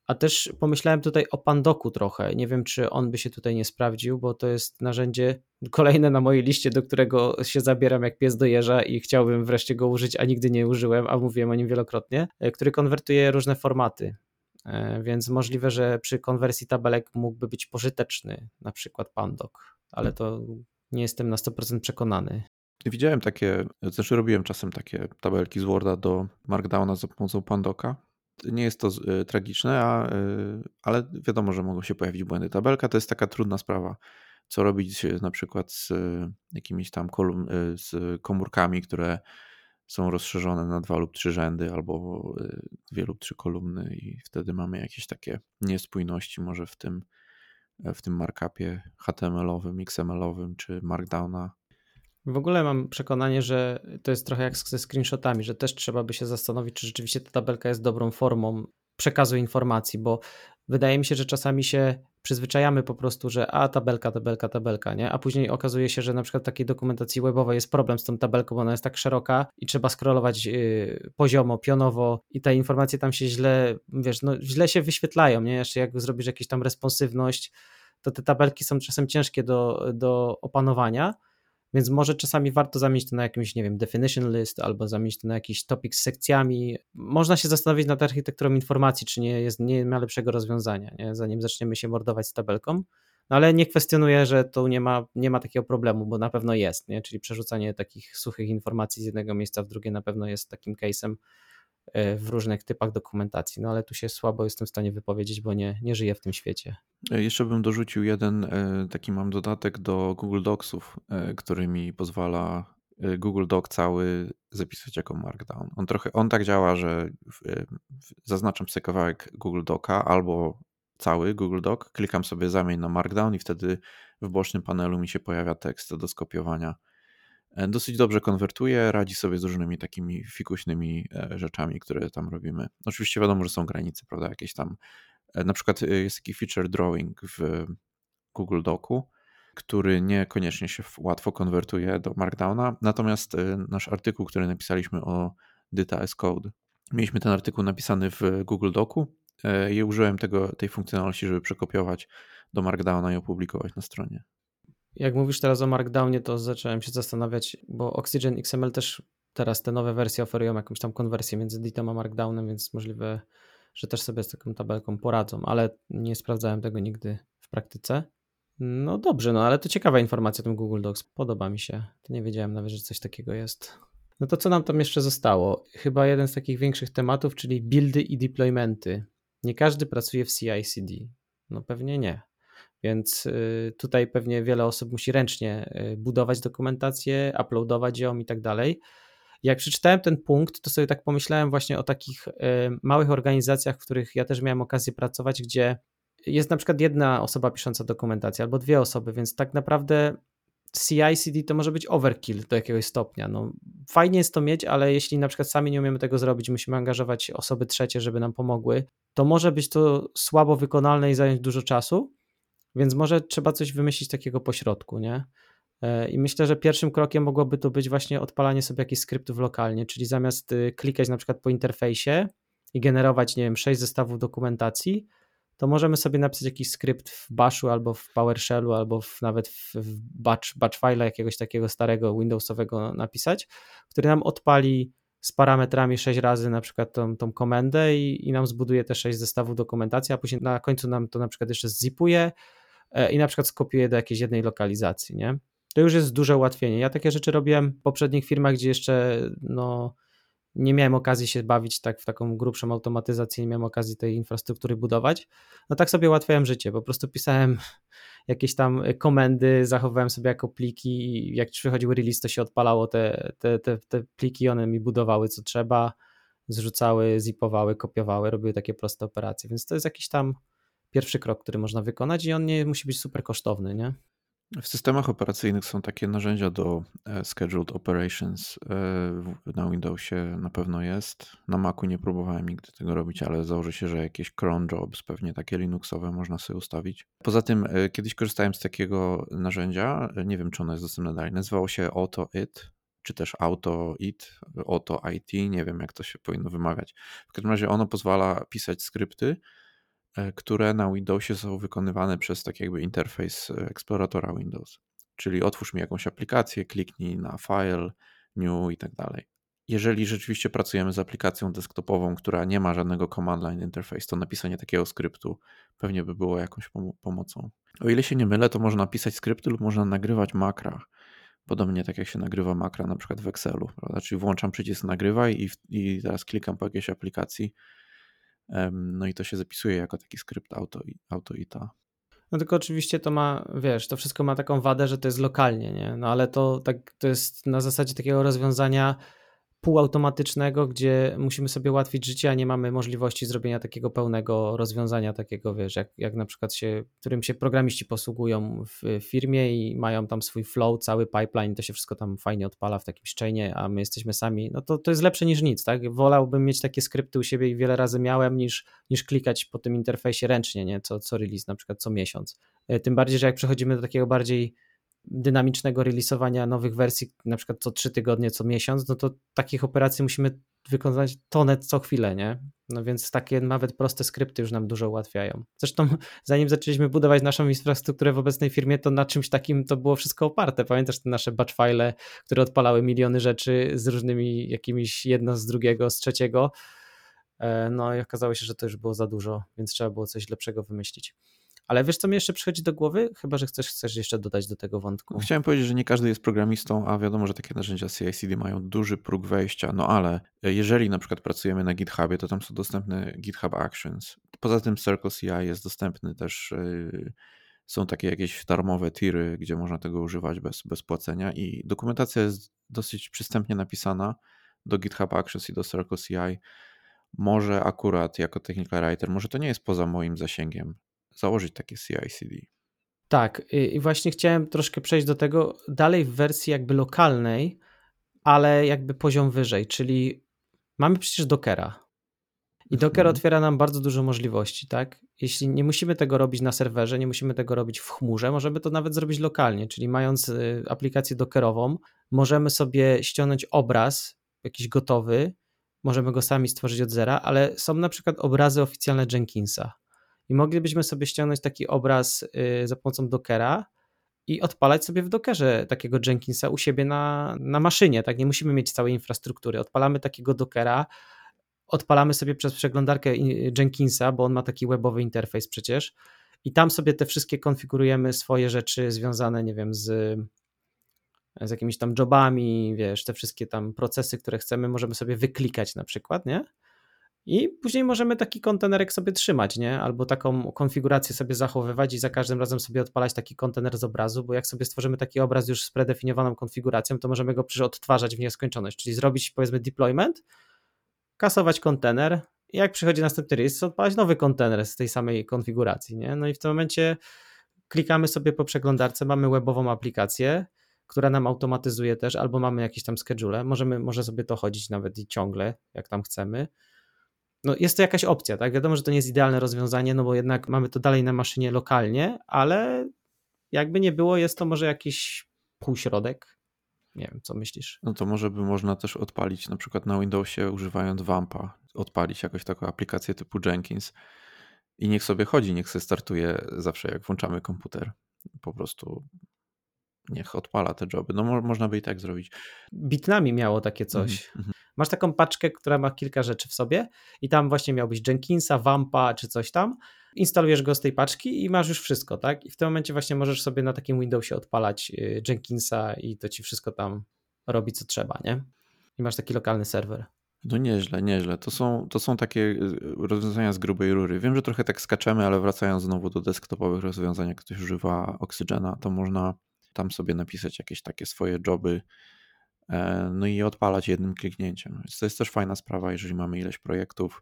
A też pomyślałem tutaj o Pandoku trochę. Nie wiem, czy on by się tutaj nie sprawdził, bo to jest narzędzie kolejne na mojej liście, do którego się zabieram jak pies do jeża i chciałbym wreszcie go użyć, a nigdy nie użyłem, a mówiłem o nim wielokrotnie, e, który konwertuje różne formaty. E, Więc możliwe, że przy konwersji tabelek mógłby być pożyteczny, na przykład Pandok, ale to nie jestem na sto procent przekonany. Widziałem takie, znaczy robiłem czasem takie tabelki z Worda do Markdowna za pomocą Pandoka. Nie jest to y, tragiczne, a, y, ale wiadomo, że mogą się pojawić błędy. Tabelka to jest taka trudna sprawa, co robić y, na przykład z y, jakimiś tam kolumn, y, z komórkami, które są rozszerzone na dwa lub trzy rzędy, albo y, dwie lub trzy kolumny i wtedy mamy jakieś takie niespójności może w tym, w tym markupie H T M L-owym, X M L-owym czy Markdowna. W ogóle mam przekonanie, że to jest trochę jak ze screenshotami, że też trzeba by się zastanowić, czy rzeczywiście ta tabelka jest dobrą formą przekazu informacji, bo wydaje mi się, że czasami się przyzwyczajamy po prostu, że a tabelka, tabelka, tabelka, nie? A później okazuje się, że na przykład w takiej dokumentacji webowej jest problem z tą tabelką, bo ona jest tak szeroka i trzeba scrollować yy, poziomo, pionowo i te informacje tam się źle, wiesz, no źle się wyświetlają, nie? Jeszcze jak zrobisz jakąś tam responsywność, to te tabelki są czasem ciężkie do, do opanowania. Więc może czasami warto zamienić to na jakimś, nie wiem, definition list albo zamienić to na jakiś topic z sekcjami. Można się zastanowić nad architekturą informacji, czy nie jest, nie ma lepszego rozwiązania, nie? Zanim zaczniemy się mordować z tabelką. No ale nie kwestionuję, że tu nie ma, nie ma takiego problemu, bo na pewno jest, nie? Czyli przerzucanie takich suchych informacji z jednego miejsca w drugie na pewno jest takim case'em w różnych typach dokumentacji, no ale tu się słabo jestem w stanie wypowiedzieć, bo nie, nie żyję w tym świecie. Jeszcze bym dorzucił jeden taki mam dodatek do Google Docsów, który mi pozwala Google Doc cały zapisać jako Markdown. On trochę, on tak działa, że zaznaczam sobie kawałek Google Doca albo cały Google Doc, klikam sobie zamień na Markdown i wtedy w bocznym panelu mi się pojawia tekst do skopiowania. Dosyć dobrze konwertuje, radzi sobie z różnymi takimi fikuśnymi rzeczami, które tam robimy. Oczywiście wiadomo, że są granice, prawda, jakieś tam. Na przykład jest taki feature drawing w Google Docu, który niekoniecznie się łatwo konwertuje do Markdowna, natomiast nasz artykuł, który napisaliśmy o Data as Code, mieliśmy ten artykuł napisany w Google Docu i użyłem tego, tej funkcjonalności, żeby przekopiować do Markdowna i opublikować na stronie. Jak mówisz teraz o Markdownie, to zacząłem się zastanawiać, bo Oxygen X M L też teraz te nowe wersje oferują jakąś tam konwersję między Ditem a Markdownem, więc możliwe, że też sobie z taką tabelką poradzą, ale nie sprawdzałem tego nigdy w praktyce. No dobrze, no ale to ciekawa informacja o tym Google Docs, podoba mi się. To nie wiedziałem nawet, że coś takiego jest. No to co nam tam jeszcze zostało? Chyba jeden z takich większych tematów, czyli buildy i deploymenty. Nie każdy pracuje w C I C D. No pewnie nie. Więc tutaj pewnie wiele osób musi ręcznie budować dokumentację, uploadować ją i tak dalej. Jak przeczytałem ten punkt, to sobie tak pomyślałem właśnie o takich małych organizacjach, w których ja też miałem okazję pracować, gdzie jest na przykład jedna osoba pisząca dokumentację albo dwie osoby, więc tak naprawdę C I C D to może być overkill do jakiegoś stopnia. No, fajnie jest to mieć, ale jeśli na przykład sami nie umiemy tego zrobić, musimy angażować osoby trzecie, żeby nam pomogły, to może być to słabo wykonalne i zająć dużo czasu. Więc może trzeba coś wymyślić takiego pośrodku, nie? I myślę, że pierwszym krokiem mogłoby to być właśnie odpalanie sobie jakichś skryptów lokalnie, czyli zamiast klikać na przykład po interfejsie i generować, nie wiem, sześć zestawów dokumentacji, to możemy sobie napisać jakiś skrypt w Bashu albo w PowerShellu, albo w, nawet w, w batch, batch file jakiegoś takiego starego Windowsowego napisać, który nam odpali z parametrami sześć razy na przykład tą, tą komendę i, i nam zbuduje te sześć zestawów dokumentacji, a później na końcu nam to na przykład jeszcze zipuje i na przykład skopiuję do jakiejś jednej lokalizacji, nie? To już jest duże ułatwienie. Ja takie rzeczy robiłem w poprzednich firmach, gdzie jeszcze no, nie miałem okazji się bawić tak w taką grubszą automatyzację, nie miałem okazji tej infrastruktury budować. No tak sobie ułatwiałem życie, po prostu pisałem jakieś tam komendy, zachowywałem sobie jako pliki i jak przychodził release, to się odpalało te, te, te, te pliki, one mi budowały co trzeba, zrzucały, zipowały, kopiowały, robiły takie proste operacje, więc to jest jakiś tam pierwszy krok, który można wykonać i on nie musi być super kosztowny, nie? W systemach operacyjnych są takie narzędzia do scheduled operations. Na Windowsie na pewno jest. Na Macu nie próbowałem nigdy tego robić, ale założę się, że jakieś cron jobs, pewnie takie linuxowe można sobie ustawić. Poza tym kiedyś korzystałem z takiego narzędzia, nie wiem czy ono jest dostępne dalej, nazywało się AutoIt, czy też AutoIt, AutoIT, nie wiem jak to się powinno wymawiać. W każdym razie ono pozwala pisać skrypty które na Windowsie są wykonywane przez tak jakby interfejs eksploratora Windows. Czyli otwórz mi jakąś aplikację, kliknij na File, New i tak dalej. Jeżeli rzeczywiście pracujemy z aplikacją desktopową, która nie ma żadnego command line interface, to napisanie takiego skryptu pewnie by było jakąś pom- pomocą. O ile się nie mylę, to można pisać skrypty lub można nagrywać makra. Podobnie tak jak się nagrywa makra na przykład w Excelu, prawda? Czyli włączam przycisk nagrywaj i, i teraz klikam po jakiejś aplikacji, no i to się zapisuje jako taki skrypt auto, auto-ita. No tylko oczywiście to ma, wiesz, to wszystko ma taką wadę, że to jest lokalnie, nie? No ale to tak, to jest na zasadzie takiego rozwiązania półautomatycznego, gdzie musimy sobie ułatwić życie, a nie mamy możliwości zrobienia takiego pełnego rozwiązania, takiego, wiesz, jak, jak na przykład się, którym się programiści posługują w firmie i mają tam swój flow, cały pipeline, to się wszystko tam fajnie odpala w takim chainie, a my jesteśmy sami, no to, to jest lepsze niż nic, tak? Wolałbym mieć takie skrypty u siebie i wiele razy miałem, niż, niż klikać po tym interfejsie ręcznie, nie? Co, co release, na przykład co miesiąc. Tym bardziej, że jak przechodzimy do takiego bardziej dynamicznego releasowania nowych wersji, na przykład co trzy tygodnie, co miesiąc, no to takich operacji musimy wykonać tonę co chwilę, nie? No więc takie nawet proste skrypty już nam dużo ułatwiają. Zresztą zanim zaczęliśmy budować naszą infrastrukturę w obecnej firmie, to na czymś takim to było wszystko oparte. Pamiętasz te nasze batch file, które odpalały miliony rzeczy z różnymi jakimiś jedno z drugiego, z trzeciego. No i okazało się, że to już było za dużo, więc trzeba było coś lepszego wymyślić. Ale wiesz, co mi jeszcze przychodzi do głowy? Chyba, że chcesz, chcesz jeszcze dodać do tego wątku. Chciałem powiedzieć, że nie każdy jest programistą, a wiadomo, że takie narzędzia C I C D mają duży próg wejścia, no ale jeżeli na przykład pracujemy na GitHubie, to tam są dostępne GitHub Actions. Poza tym Circle C I jest dostępny też, są takie jakieś darmowe tiry, gdzie można tego używać bez, bez płacenia i dokumentacja jest dosyć przystępnie napisana do GitHub Actions i do Circle C I. Może akurat jako technical writer, może to nie jest poza moim zasięgiem, założyć takie C I C D. Tak, i właśnie chciałem troszkę przejść do tego dalej w wersji jakby lokalnej, ale jakby poziom wyżej, czyli mamy przecież Dockera i Docker Mhm. otwiera nam bardzo dużo możliwości, tak? Jeśli nie musimy tego robić na serwerze, nie musimy tego robić w chmurze, możemy to nawet zrobić lokalnie, czyli mając aplikację dockerową, możemy sobie ściągnąć obraz jakiś gotowy, możemy go sami stworzyć od zera, ale są na przykład obrazy oficjalne Jenkinsa. I moglibyśmy sobie ściągnąć taki obraz za pomocą Dockera i odpalać sobie w Dockerze takiego Jenkinsa u siebie na, na maszynie, tak? Nie musimy mieć całej infrastruktury. Odpalamy takiego Dockera, odpalamy sobie przez przeglądarkę Jenkinsa, bo on ma taki webowy interfejs przecież i tam sobie te wszystkie konfigurujemy swoje rzeczy związane, nie wiem, z, z jakimiś tam jobami, wiesz, te wszystkie tam procesy, które chcemy, możemy sobie wyklikać na przykład, nie? I później możemy taki kontenerek sobie trzymać, nie? Albo taką konfigurację sobie zachowywać i za każdym razem sobie odpalać taki kontener z obrazu, bo jak sobie stworzymy taki obraz już z predefiniowaną konfiguracją, to możemy go przecież odtwarzać w nieskończoność, czyli zrobić powiedzmy deployment, kasować kontener i jak przychodzi następny release, odpalać nowy kontener z tej samej konfiguracji, nie? No i w tym momencie klikamy sobie po przeglądarce, mamy webową aplikację, która nam automatyzuje też, albo mamy jakieś tam schedule, możemy, może sobie to chodzić nawet i ciągle, jak tam chcemy. No jest to jakaś opcja, tak? Wiadomo, że to nie jest idealne rozwiązanie, no bo jednak mamy to dalej na maszynie lokalnie, ale jakby nie było, jest to może jakiś półśrodek. Nie wiem, co myślisz? No to może by można też odpalić na przykład na Windowsie używając Wampa, odpalić jakąś taką aplikację typu Jenkins i niech sobie chodzi, niech sobie startuje zawsze jak włączamy komputer. Po prostu niech odpala te joby. No mo- można by i tak zrobić. Bitnami miało takie coś. Mhm, Masz taką paczkę, która ma kilka rzeczy w sobie i tam właśnie miałbyś Jenkinsa, Wampa czy coś tam, instalujesz go z tej paczki i masz już wszystko, tak? I w tym momencie właśnie możesz sobie na takim Windowsie odpalać Jenkinsa i to ci wszystko tam robi co trzeba, nie? I masz taki lokalny serwer. No nieźle, nieźle. To są, to są takie rozwiązania z grubej rury. Wiem, że trochę tak skaczemy, ale wracając znowu do desktopowych rozwiązań, jak ktoś używa Oxygena, to można tam sobie napisać jakieś takie swoje joby, no i odpalać jednym kliknięciem. Więc to jest też fajna sprawa, jeżeli mamy ileś projektów,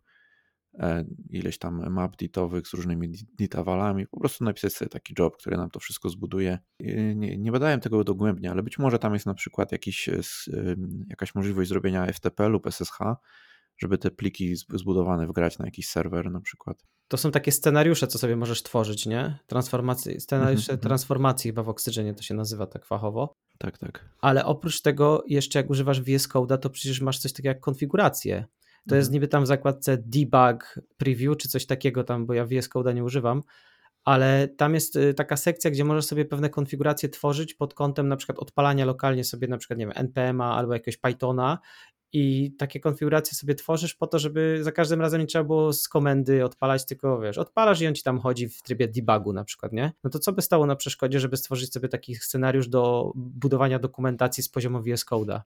ileś tam map ditowych z różnymi ditawalami, po prostu napisać sobie taki job, który nam to wszystko zbuduje. Nie, nie badałem tego dogłębnie, ale być może tam jest na przykład jakiś, jakaś możliwość zrobienia F T P lub S S H, żeby te pliki zbudowane wgrać na jakiś serwer na przykład. To są takie scenariusze, co sobie możesz tworzyć, nie? Transformacji, scenariusze Mhm, transformacji chyba w Oxygenie to się nazywa tak fachowo. Tak, tak. Ale oprócz tego jeszcze jak używasz V S Code'a, to przecież masz coś takiego jak konfigurację. To jest Mhm. niby tam w zakładce debug preview czy coś takiego tam, bo ja V S Code'a nie używam, ale tam jest y, taka sekcja, gdzie możesz sobie pewne konfiguracje tworzyć pod kątem na przykład odpalania lokalnie sobie na przykład, nie wiem, N P M-a albo jakiegoś Pythona i takie konfiguracje sobie tworzysz po to, żeby za każdym razem nie trzeba było z komendy odpalać, tylko wiesz, odpalasz i on ci tam chodzi w trybie debugu na przykład, nie? No to co by stało na przeszkodzie, żeby stworzyć sobie taki scenariusz do budowania dokumentacji z poziomu V S Code'a?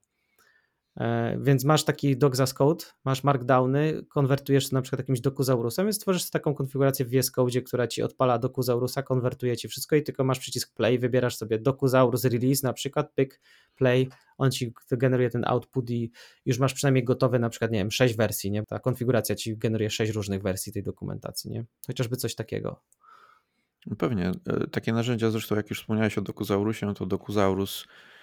E, Więc masz taki doc code, masz markdowny, konwertujesz to na przykład jakimś dokuzaurusem, więc tworzysz sobie taką konfigurację w V S Code, która ci odpala dokuzaurusa, konwertuje ci wszystko i tylko masz przycisk play, wybierasz sobie dokuzaurus release na przykład, pyk, play, on ci generuje ten output i już masz przynajmniej gotowe na przykład, nie wiem, sześć wersji, nie? Ta konfiguracja ci generuje sześć różnych wersji tej dokumentacji, nie? Chociażby coś takiego. Pewnie. E, Takie narzędzia, zresztą jak już wspomniałeś o Dokuzaurusie, no to Dokuzaurus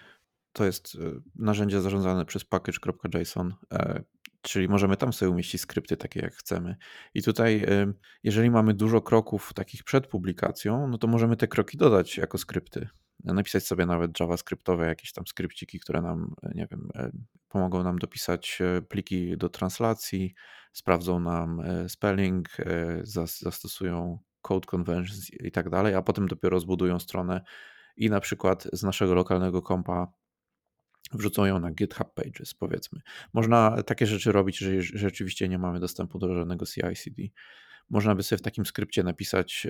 to jest e, narzędzie zarządzane przez package.json, e, czyli możemy tam sobie umieścić skrypty takie jak chcemy. I tutaj, e, jeżeli mamy dużo kroków takich przed publikacją, no to możemy te kroki dodać jako skrypty. Napisać sobie nawet javascriptowe jakieś tam skrypciki, które nam, e, nie wiem, e, pomogą nam dopisać e, pliki do translacji, sprawdzą nam e, spelling, e, zas- zastosują code conventions i tak dalej, a potem dopiero zbudują stronę i na przykład z naszego lokalnego kompa wrzucą ją na GitHub Pages, powiedzmy. Można takie rzeczy robić, że jeż- rzeczywiście nie mamy dostępu do żadnego C I C D. Można by sobie w takim skrypcie napisać,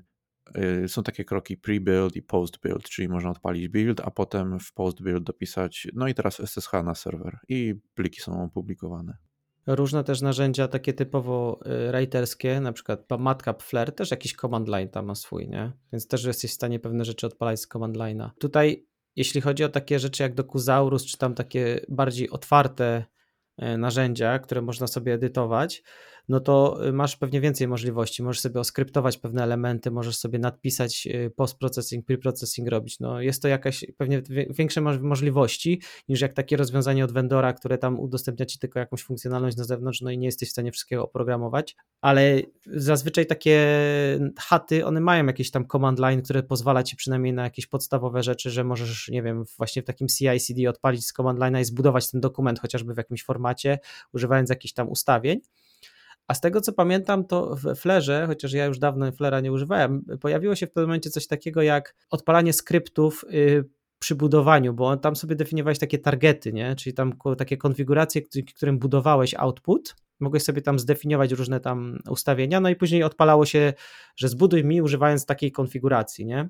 e, e, są takie kroki pre-build i post-build, czyli można odpalić build, a potem w post-build dopisać, no i teraz S S H na serwer i pliki są opublikowane. Różne też narzędzia takie typowo y, writerskie, na przykład Matcap Flare, też jakiś command line tam ma swój, nie? Więc też jesteś w stanie pewne rzeczy odpalać z command line'a. Tutaj, jeśli chodzi o takie rzeczy jak Dokuzaurus, czy tam takie bardziej otwarte y, narzędzia, które można sobie edytować, no to y, masz pewnie więcej możliwości. Możesz sobie oskryptować pewne elementy, możesz sobie nadpisać y, post-processing, pre-processing robić. No jest to jakaś pewnie wie- większe masz możliwości niż jak takie rozwiązanie od vendora, które tam udostępnia ci tylko jakąś funkcjonalność na zewnątrz, no i nie jesteś w stanie wszystkiego oprogramować, ale zazwyczaj takie chaty, one mają jakiś tam command line, które pozwala ci przynajmniej na jakieś podstawowe rzeczy, że możesz, nie wiem, właśnie w takim C I C D odpalić z command line'a i zbudować ten dokument chociażby w jakimś formacie, używając jakichś tam ustawień. A z tego co pamiętam, to w Flarze, chociaż ja już dawno Flara nie używałem, pojawiło się w pewnym momencie coś takiego jak odpalanie skryptów y, przy budowaniu, bo tam sobie definiowałeś takie targety, nie? Czyli tam ko- takie konfiguracje, k- którym budowałeś output, mogłeś sobie tam zdefiniować różne tam ustawienia, no i później odpalało się, że zbuduj mi używając takiej konfiguracji, nie?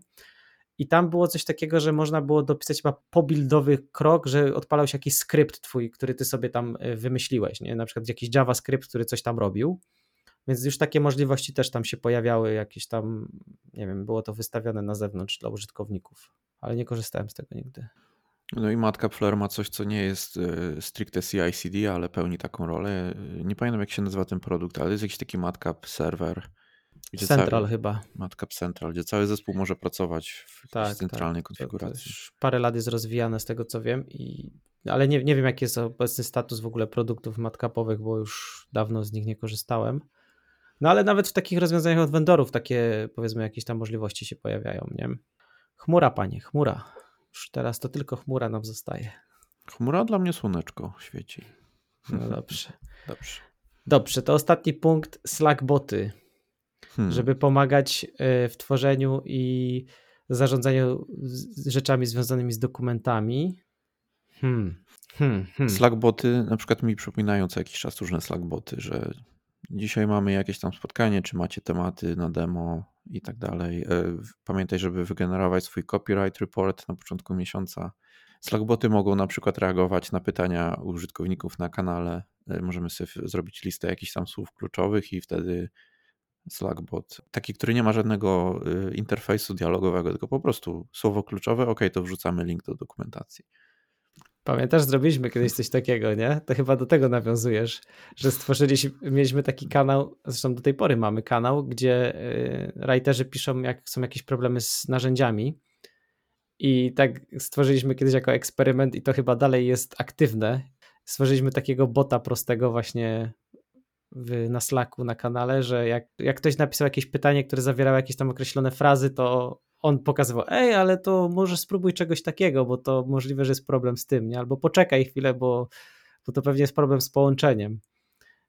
I tam było coś takiego, że można było dopisać chyba pobuildowy krok, że odpalał się jakiś skrypt twój, który ty sobie tam y, wymyśliłeś, nie? Na przykład jakiś JavaScript, który coś tam robił. Więc już takie możliwości też tam się pojawiały, jakieś tam, nie wiem, było to wystawione na zewnątrz dla użytkowników, ale nie korzystałem z tego nigdy. No i Matcap Flare ma coś, co nie jest e, stricte C I C D, ale pełni taką rolę. E, Nie pamiętam, jak się nazywa ten produkt, ale jest jakiś taki Matcap serwer, gdzie Central cały chyba. Matcap Central, gdzie cały zespół może pracować w jakiejś Tak, centralnej tak. To, to konfiguracji. już parę lat jest rozwijane z tego co wiem, i, ale nie, nie wiem jaki jest obecny status w ogóle produktów matcapowych, bo już dawno z nich nie korzystałem. No ale nawet w takich rozwiązaniach od vendorów takie powiedzmy jakieś tam możliwości się pojawiają, nie? Chmura, panie, chmura. Już teraz to tylko chmura nam zostaje. Chmura dla mnie słoneczko świeci. No dobrze. Dobrze. Dobrze, to ostatni punkt, Slackboty, Hmm. żeby pomagać y, w tworzeniu i zarządzaniu z- rzeczami związanymi z dokumentami. Hmm. Hmm. Hmm. Slackboty na przykład mi przypominają co jakiś czas różne Slackboty, że dzisiaj mamy jakieś tam spotkanie, czy macie tematy na demo i tak dalej. E, w- Pamiętaj, żeby wygenerować swój copyright report na początku miesiąca. Slackboty mogą na przykład reagować na pytania użytkowników na kanale. E, Możemy sobie w- zrobić listę jakichś tam słów kluczowych i wtedy Slackbot, taki, który nie ma żadnego e, interfejsu dialogowego, tylko po prostu słowo kluczowe, ok, to wrzucamy link do dokumentacji. Pamiętasz, zrobiliśmy kiedyś coś takiego, nie? To chyba do tego nawiązujesz, że stworzyliśmy, mieliśmy taki kanał, zresztą do tej pory mamy kanał, gdzie y, writerzy piszą, jak są jakieś problemy z narzędziami. I tak stworzyliśmy kiedyś jako eksperyment i to chyba dalej jest aktywne. Stworzyliśmy takiego bota prostego właśnie w, na Slacku, na kanale, że jak, jak ktoś napisał jakieś pytanie, które zawierało jakieś tam określone frazy, to on pokazywał, ej, ale to może spróbuj czegoś takiego, bo to możliwe, że jest problem z tym, nie? Albo poczekaj chwilę, bo, bo to pewnie jest problem z połączeniem.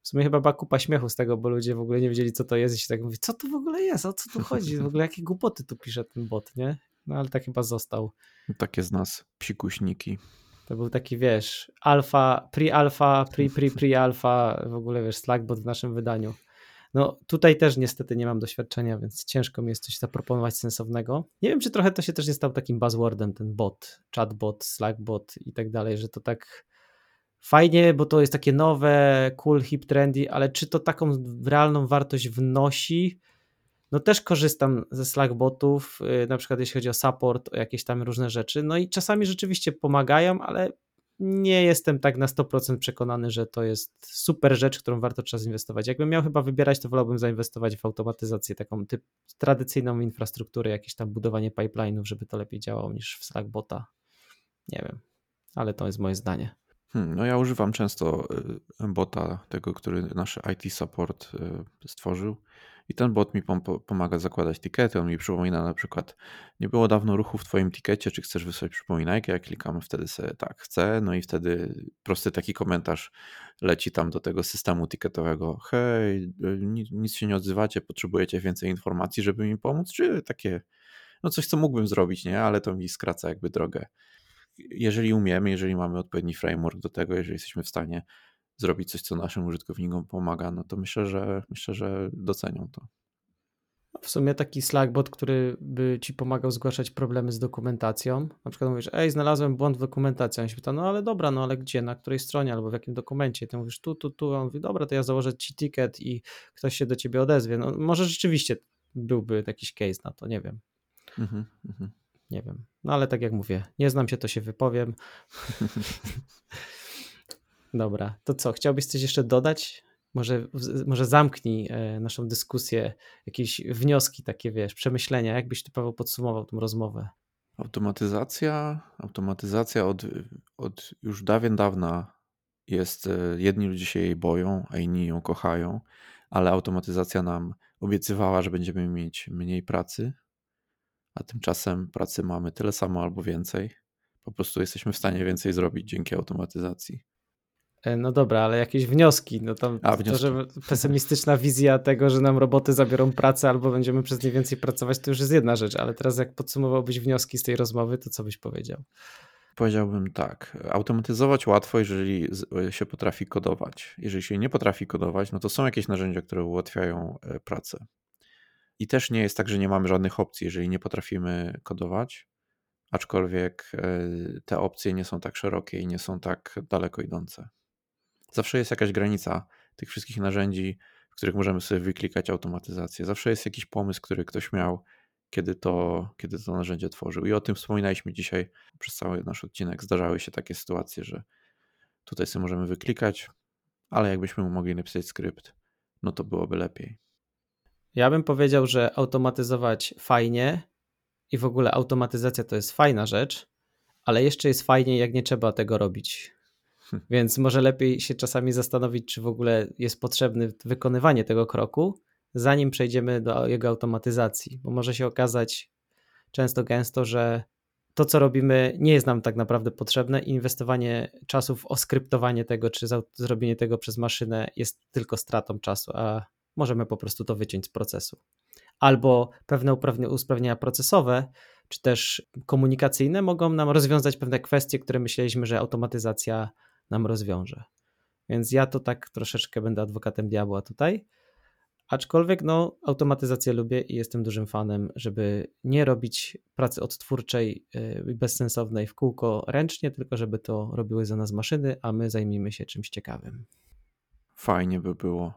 W sumie chyba była kupa śmiechu z tego, bo ludzie w ogóle nie wiedzieli, co to jest i się tak mówi, co to w ogóle jest, o co tu chodzi, w ogóle jakie głupoty tu pisze ten bot, nie? No ale tak chyba został. Takie z nas psikuśniki. To był taki, wiesz, alfa, pre-alfa, pre-pre-pre-alfa, w ogóle, wiesz, Slackbot w naszym wydaniu. No tutaj też niestety nie mam doświadczenia, więc ciężko mi jest coś zaproponować sensownego. Nie wiem, czy trochę to się też nie stał takim buzzwordem, ten bot, chatbot, Slackbot i tak dalej, że to tak fajnie, bo to jest takie nowe, cool, hip, trendy, ale czy to taką realną wartość wnosi? No też korzystam ze Slackbotów, yy, na przykład jeśli chodzi o support, o jakieś tam różne rzeczy, no i czasami rzeczywiście pomagają, ale nie jestem tak na sto procent przekonany, że to jest super rzecz, którą warto czas inwestować. Jakbym miał chyba wybierać, to wolałbym zainwestować w automatyzację, taką typ, tradycyjną infrastrukturę, jakieś tam budowanie pipeline'ów, żeby to lepiej działało niż w Slackbota. Nie wiem, ale to jest moje zdanie. Hmm, no ja używam często y, bota, tego, który nasz I T support y, stworzył i ten bot mi pom- pomaga zakładać tikety, on mi przypomina na przykład, nie było dawno ruchu w twoim tikecie, czy chcesz wysłać przypominajkę, ja klikam wtedy sobie tak, chcę, no i wtedy prosty taki komentarz leci tam do tego systemu tiketowego, hej, y, nic, nic się nie odzywacie, potrzebujecie więcej informacji, żeby mi pomóc, czy takie, no coś, co mógłbym zrobić, nie, ale to mi skraca jakby drogę. Jeżeli umiemy, jeżeli mamy odpowiedni framework do tego, jeżeli jesteśmy w stanie zrobić coś, co naszym użytkownikom pomaga, no to myślę, że myślę, że docenią to. W sumie taki Slackbot, który by ci pomagał zgłaszać problemy z dokumentacją. Na przykład mówisz, ej, znalazłem błąd w dokumentacji. On się pyta, no ale dobra, no ale gdzie, na której stronie albo w jakim dokumencie? Ty mówisz tu, tu, tu. A on mówi, dobra, to ja założę ci ticket i ktoś się do ciebie odezwie. No może rzeczywiście byłby jakiś case na to, nie wiem. Mhm, mhm. Nie wiem. No ale tak jak mówię, nie znam się, to się wypowiem. Dobra, to co, chciałbyś coś jeszcze dodać? Może, może zamknij e, naszą dyskusję, jakieś wnioski takie, wiesz, przemyślenia. Jak byś tu, Paweł, podsumował tą rozmowę? Automatyzacja, automatyzacja od, od już dawien dawna jest, e, jedni ludzie się jej boją, a inni ją kochają, ale automatyzacja nam obiecywała, że będziemy mieć mniej pracy, a tymczasem pracy mamy tyle samo albo więcej. Po prostu jesteśmy w stanie więcej zrobić dzięki automatyzacji. E, No dobra, ale jakieś wnioski. No to, A, to, wnioski. że pesymistyczna wizja tego, że nam roboty zabiorą pracę albo będziemy przez nie więcej pracować, to już jest jedna rzecz, ale teraz jak podsumowałbyś wnioski z tej rozmowy, to co byś powiedział? Powiedziałbym tak, automatyzować łatwo, jeżeli z- się potrafi kodować. Jeżeli się nie potrafi kodować, no to są jakieś narzędzia, które ułatwiają e, pracę. I też nie jest tak, że nie mamy żadnych opcji, jeżeli nie potrafimy kodować, aczkolwiek e, te opcje nie są tak szerokie i nie są tak daleko idące. Zawsze jest jakaś granica tych wszystkich narzędzi, w których możemy sobie wyklikać automatyzację. Zawsze jest jakiś pomysł, który ktoś miał, kiedy to, kiedy to narzędzie tworzył. I o tym wspominaliśmy dzisiaj przez cały nasz odcinek. Zdarzały się takie sytuacje, że tutaj sobie możemy wyklikać, ale jakbyśmy mogli napisać skrypt, no to byłoby lepiej. Ja bym powiedział, że automatyzować fajnie i w ogóle automatyzacja to jest fajna rzecz, ale jeszcze jest fajniej, jak nie trzeba tego robić. Więc może lepiej się czasami zastanowić, czy w ogóle jest potrzebne wykonywanie tego kroku, zanim przejdziemy do jego automatyzacji, bo może się okazać często gęsto, że to, co robimy, nie jest nam tak naprawdę potrzebne i inwestowanie czasu w oskryptowanie tego, czy zrobienie tego przez maszynę jest tylko stratą czasu, a możemy po prostu to wyciąć z procesu. Albo pewne usprawnienia procesowe, czy też komunikacyjne mogą nam rozwiązać pewne kwestie, które myśleliśmy, że automatyzacja nam rozwiąże. Więc ja to tak troszeczkę będę adwokatem diabła tutaj. Aczkolwiek no, automatyzację lubię i jestem dużym fanem, żeby nie robić pracy odtwórczej i bezsensownej w kółko ręcznie, tylko żeby to robiły za nas maszyny, a my zajmijmy się czymś ciekawym. Fajnie by było.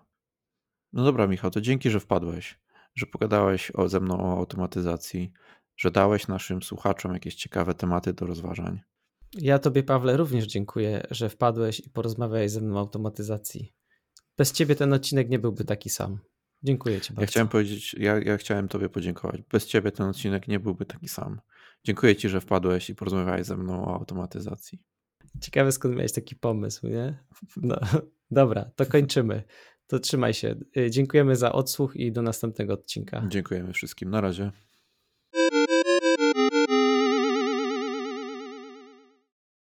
No dobra, Michał, to dzięki, że wpadłeś, że pogadałeś o, ze mną o automatyzacji, że dałeś naszym słuchaczom jakieś ciekawe tematy do rozważań. Ja tobie, Pawle, również dziękuję, że wpadłeś i porozmawiałeś ze mną o automatyzacji. Bez ciebie ten odcinek nie byłby taki sam. Dziękuję ci bardzo. Ja chciałem powiedzieć, ja, ja chciałem tobie podziękować. Bez ciebie ten odcinek nie byłby taki sam. Dziękuję ci, że wpadłeś i porozmawiałeś ze mną o automatyzacji. Ciekawe, skąd miałeś taki pomysł, nie? No, dobra, to kończymy. To trzymaj się. Dziękujemy za odsłuch i do następnego odcinka. Dziękujemy wszystkim. Na razie.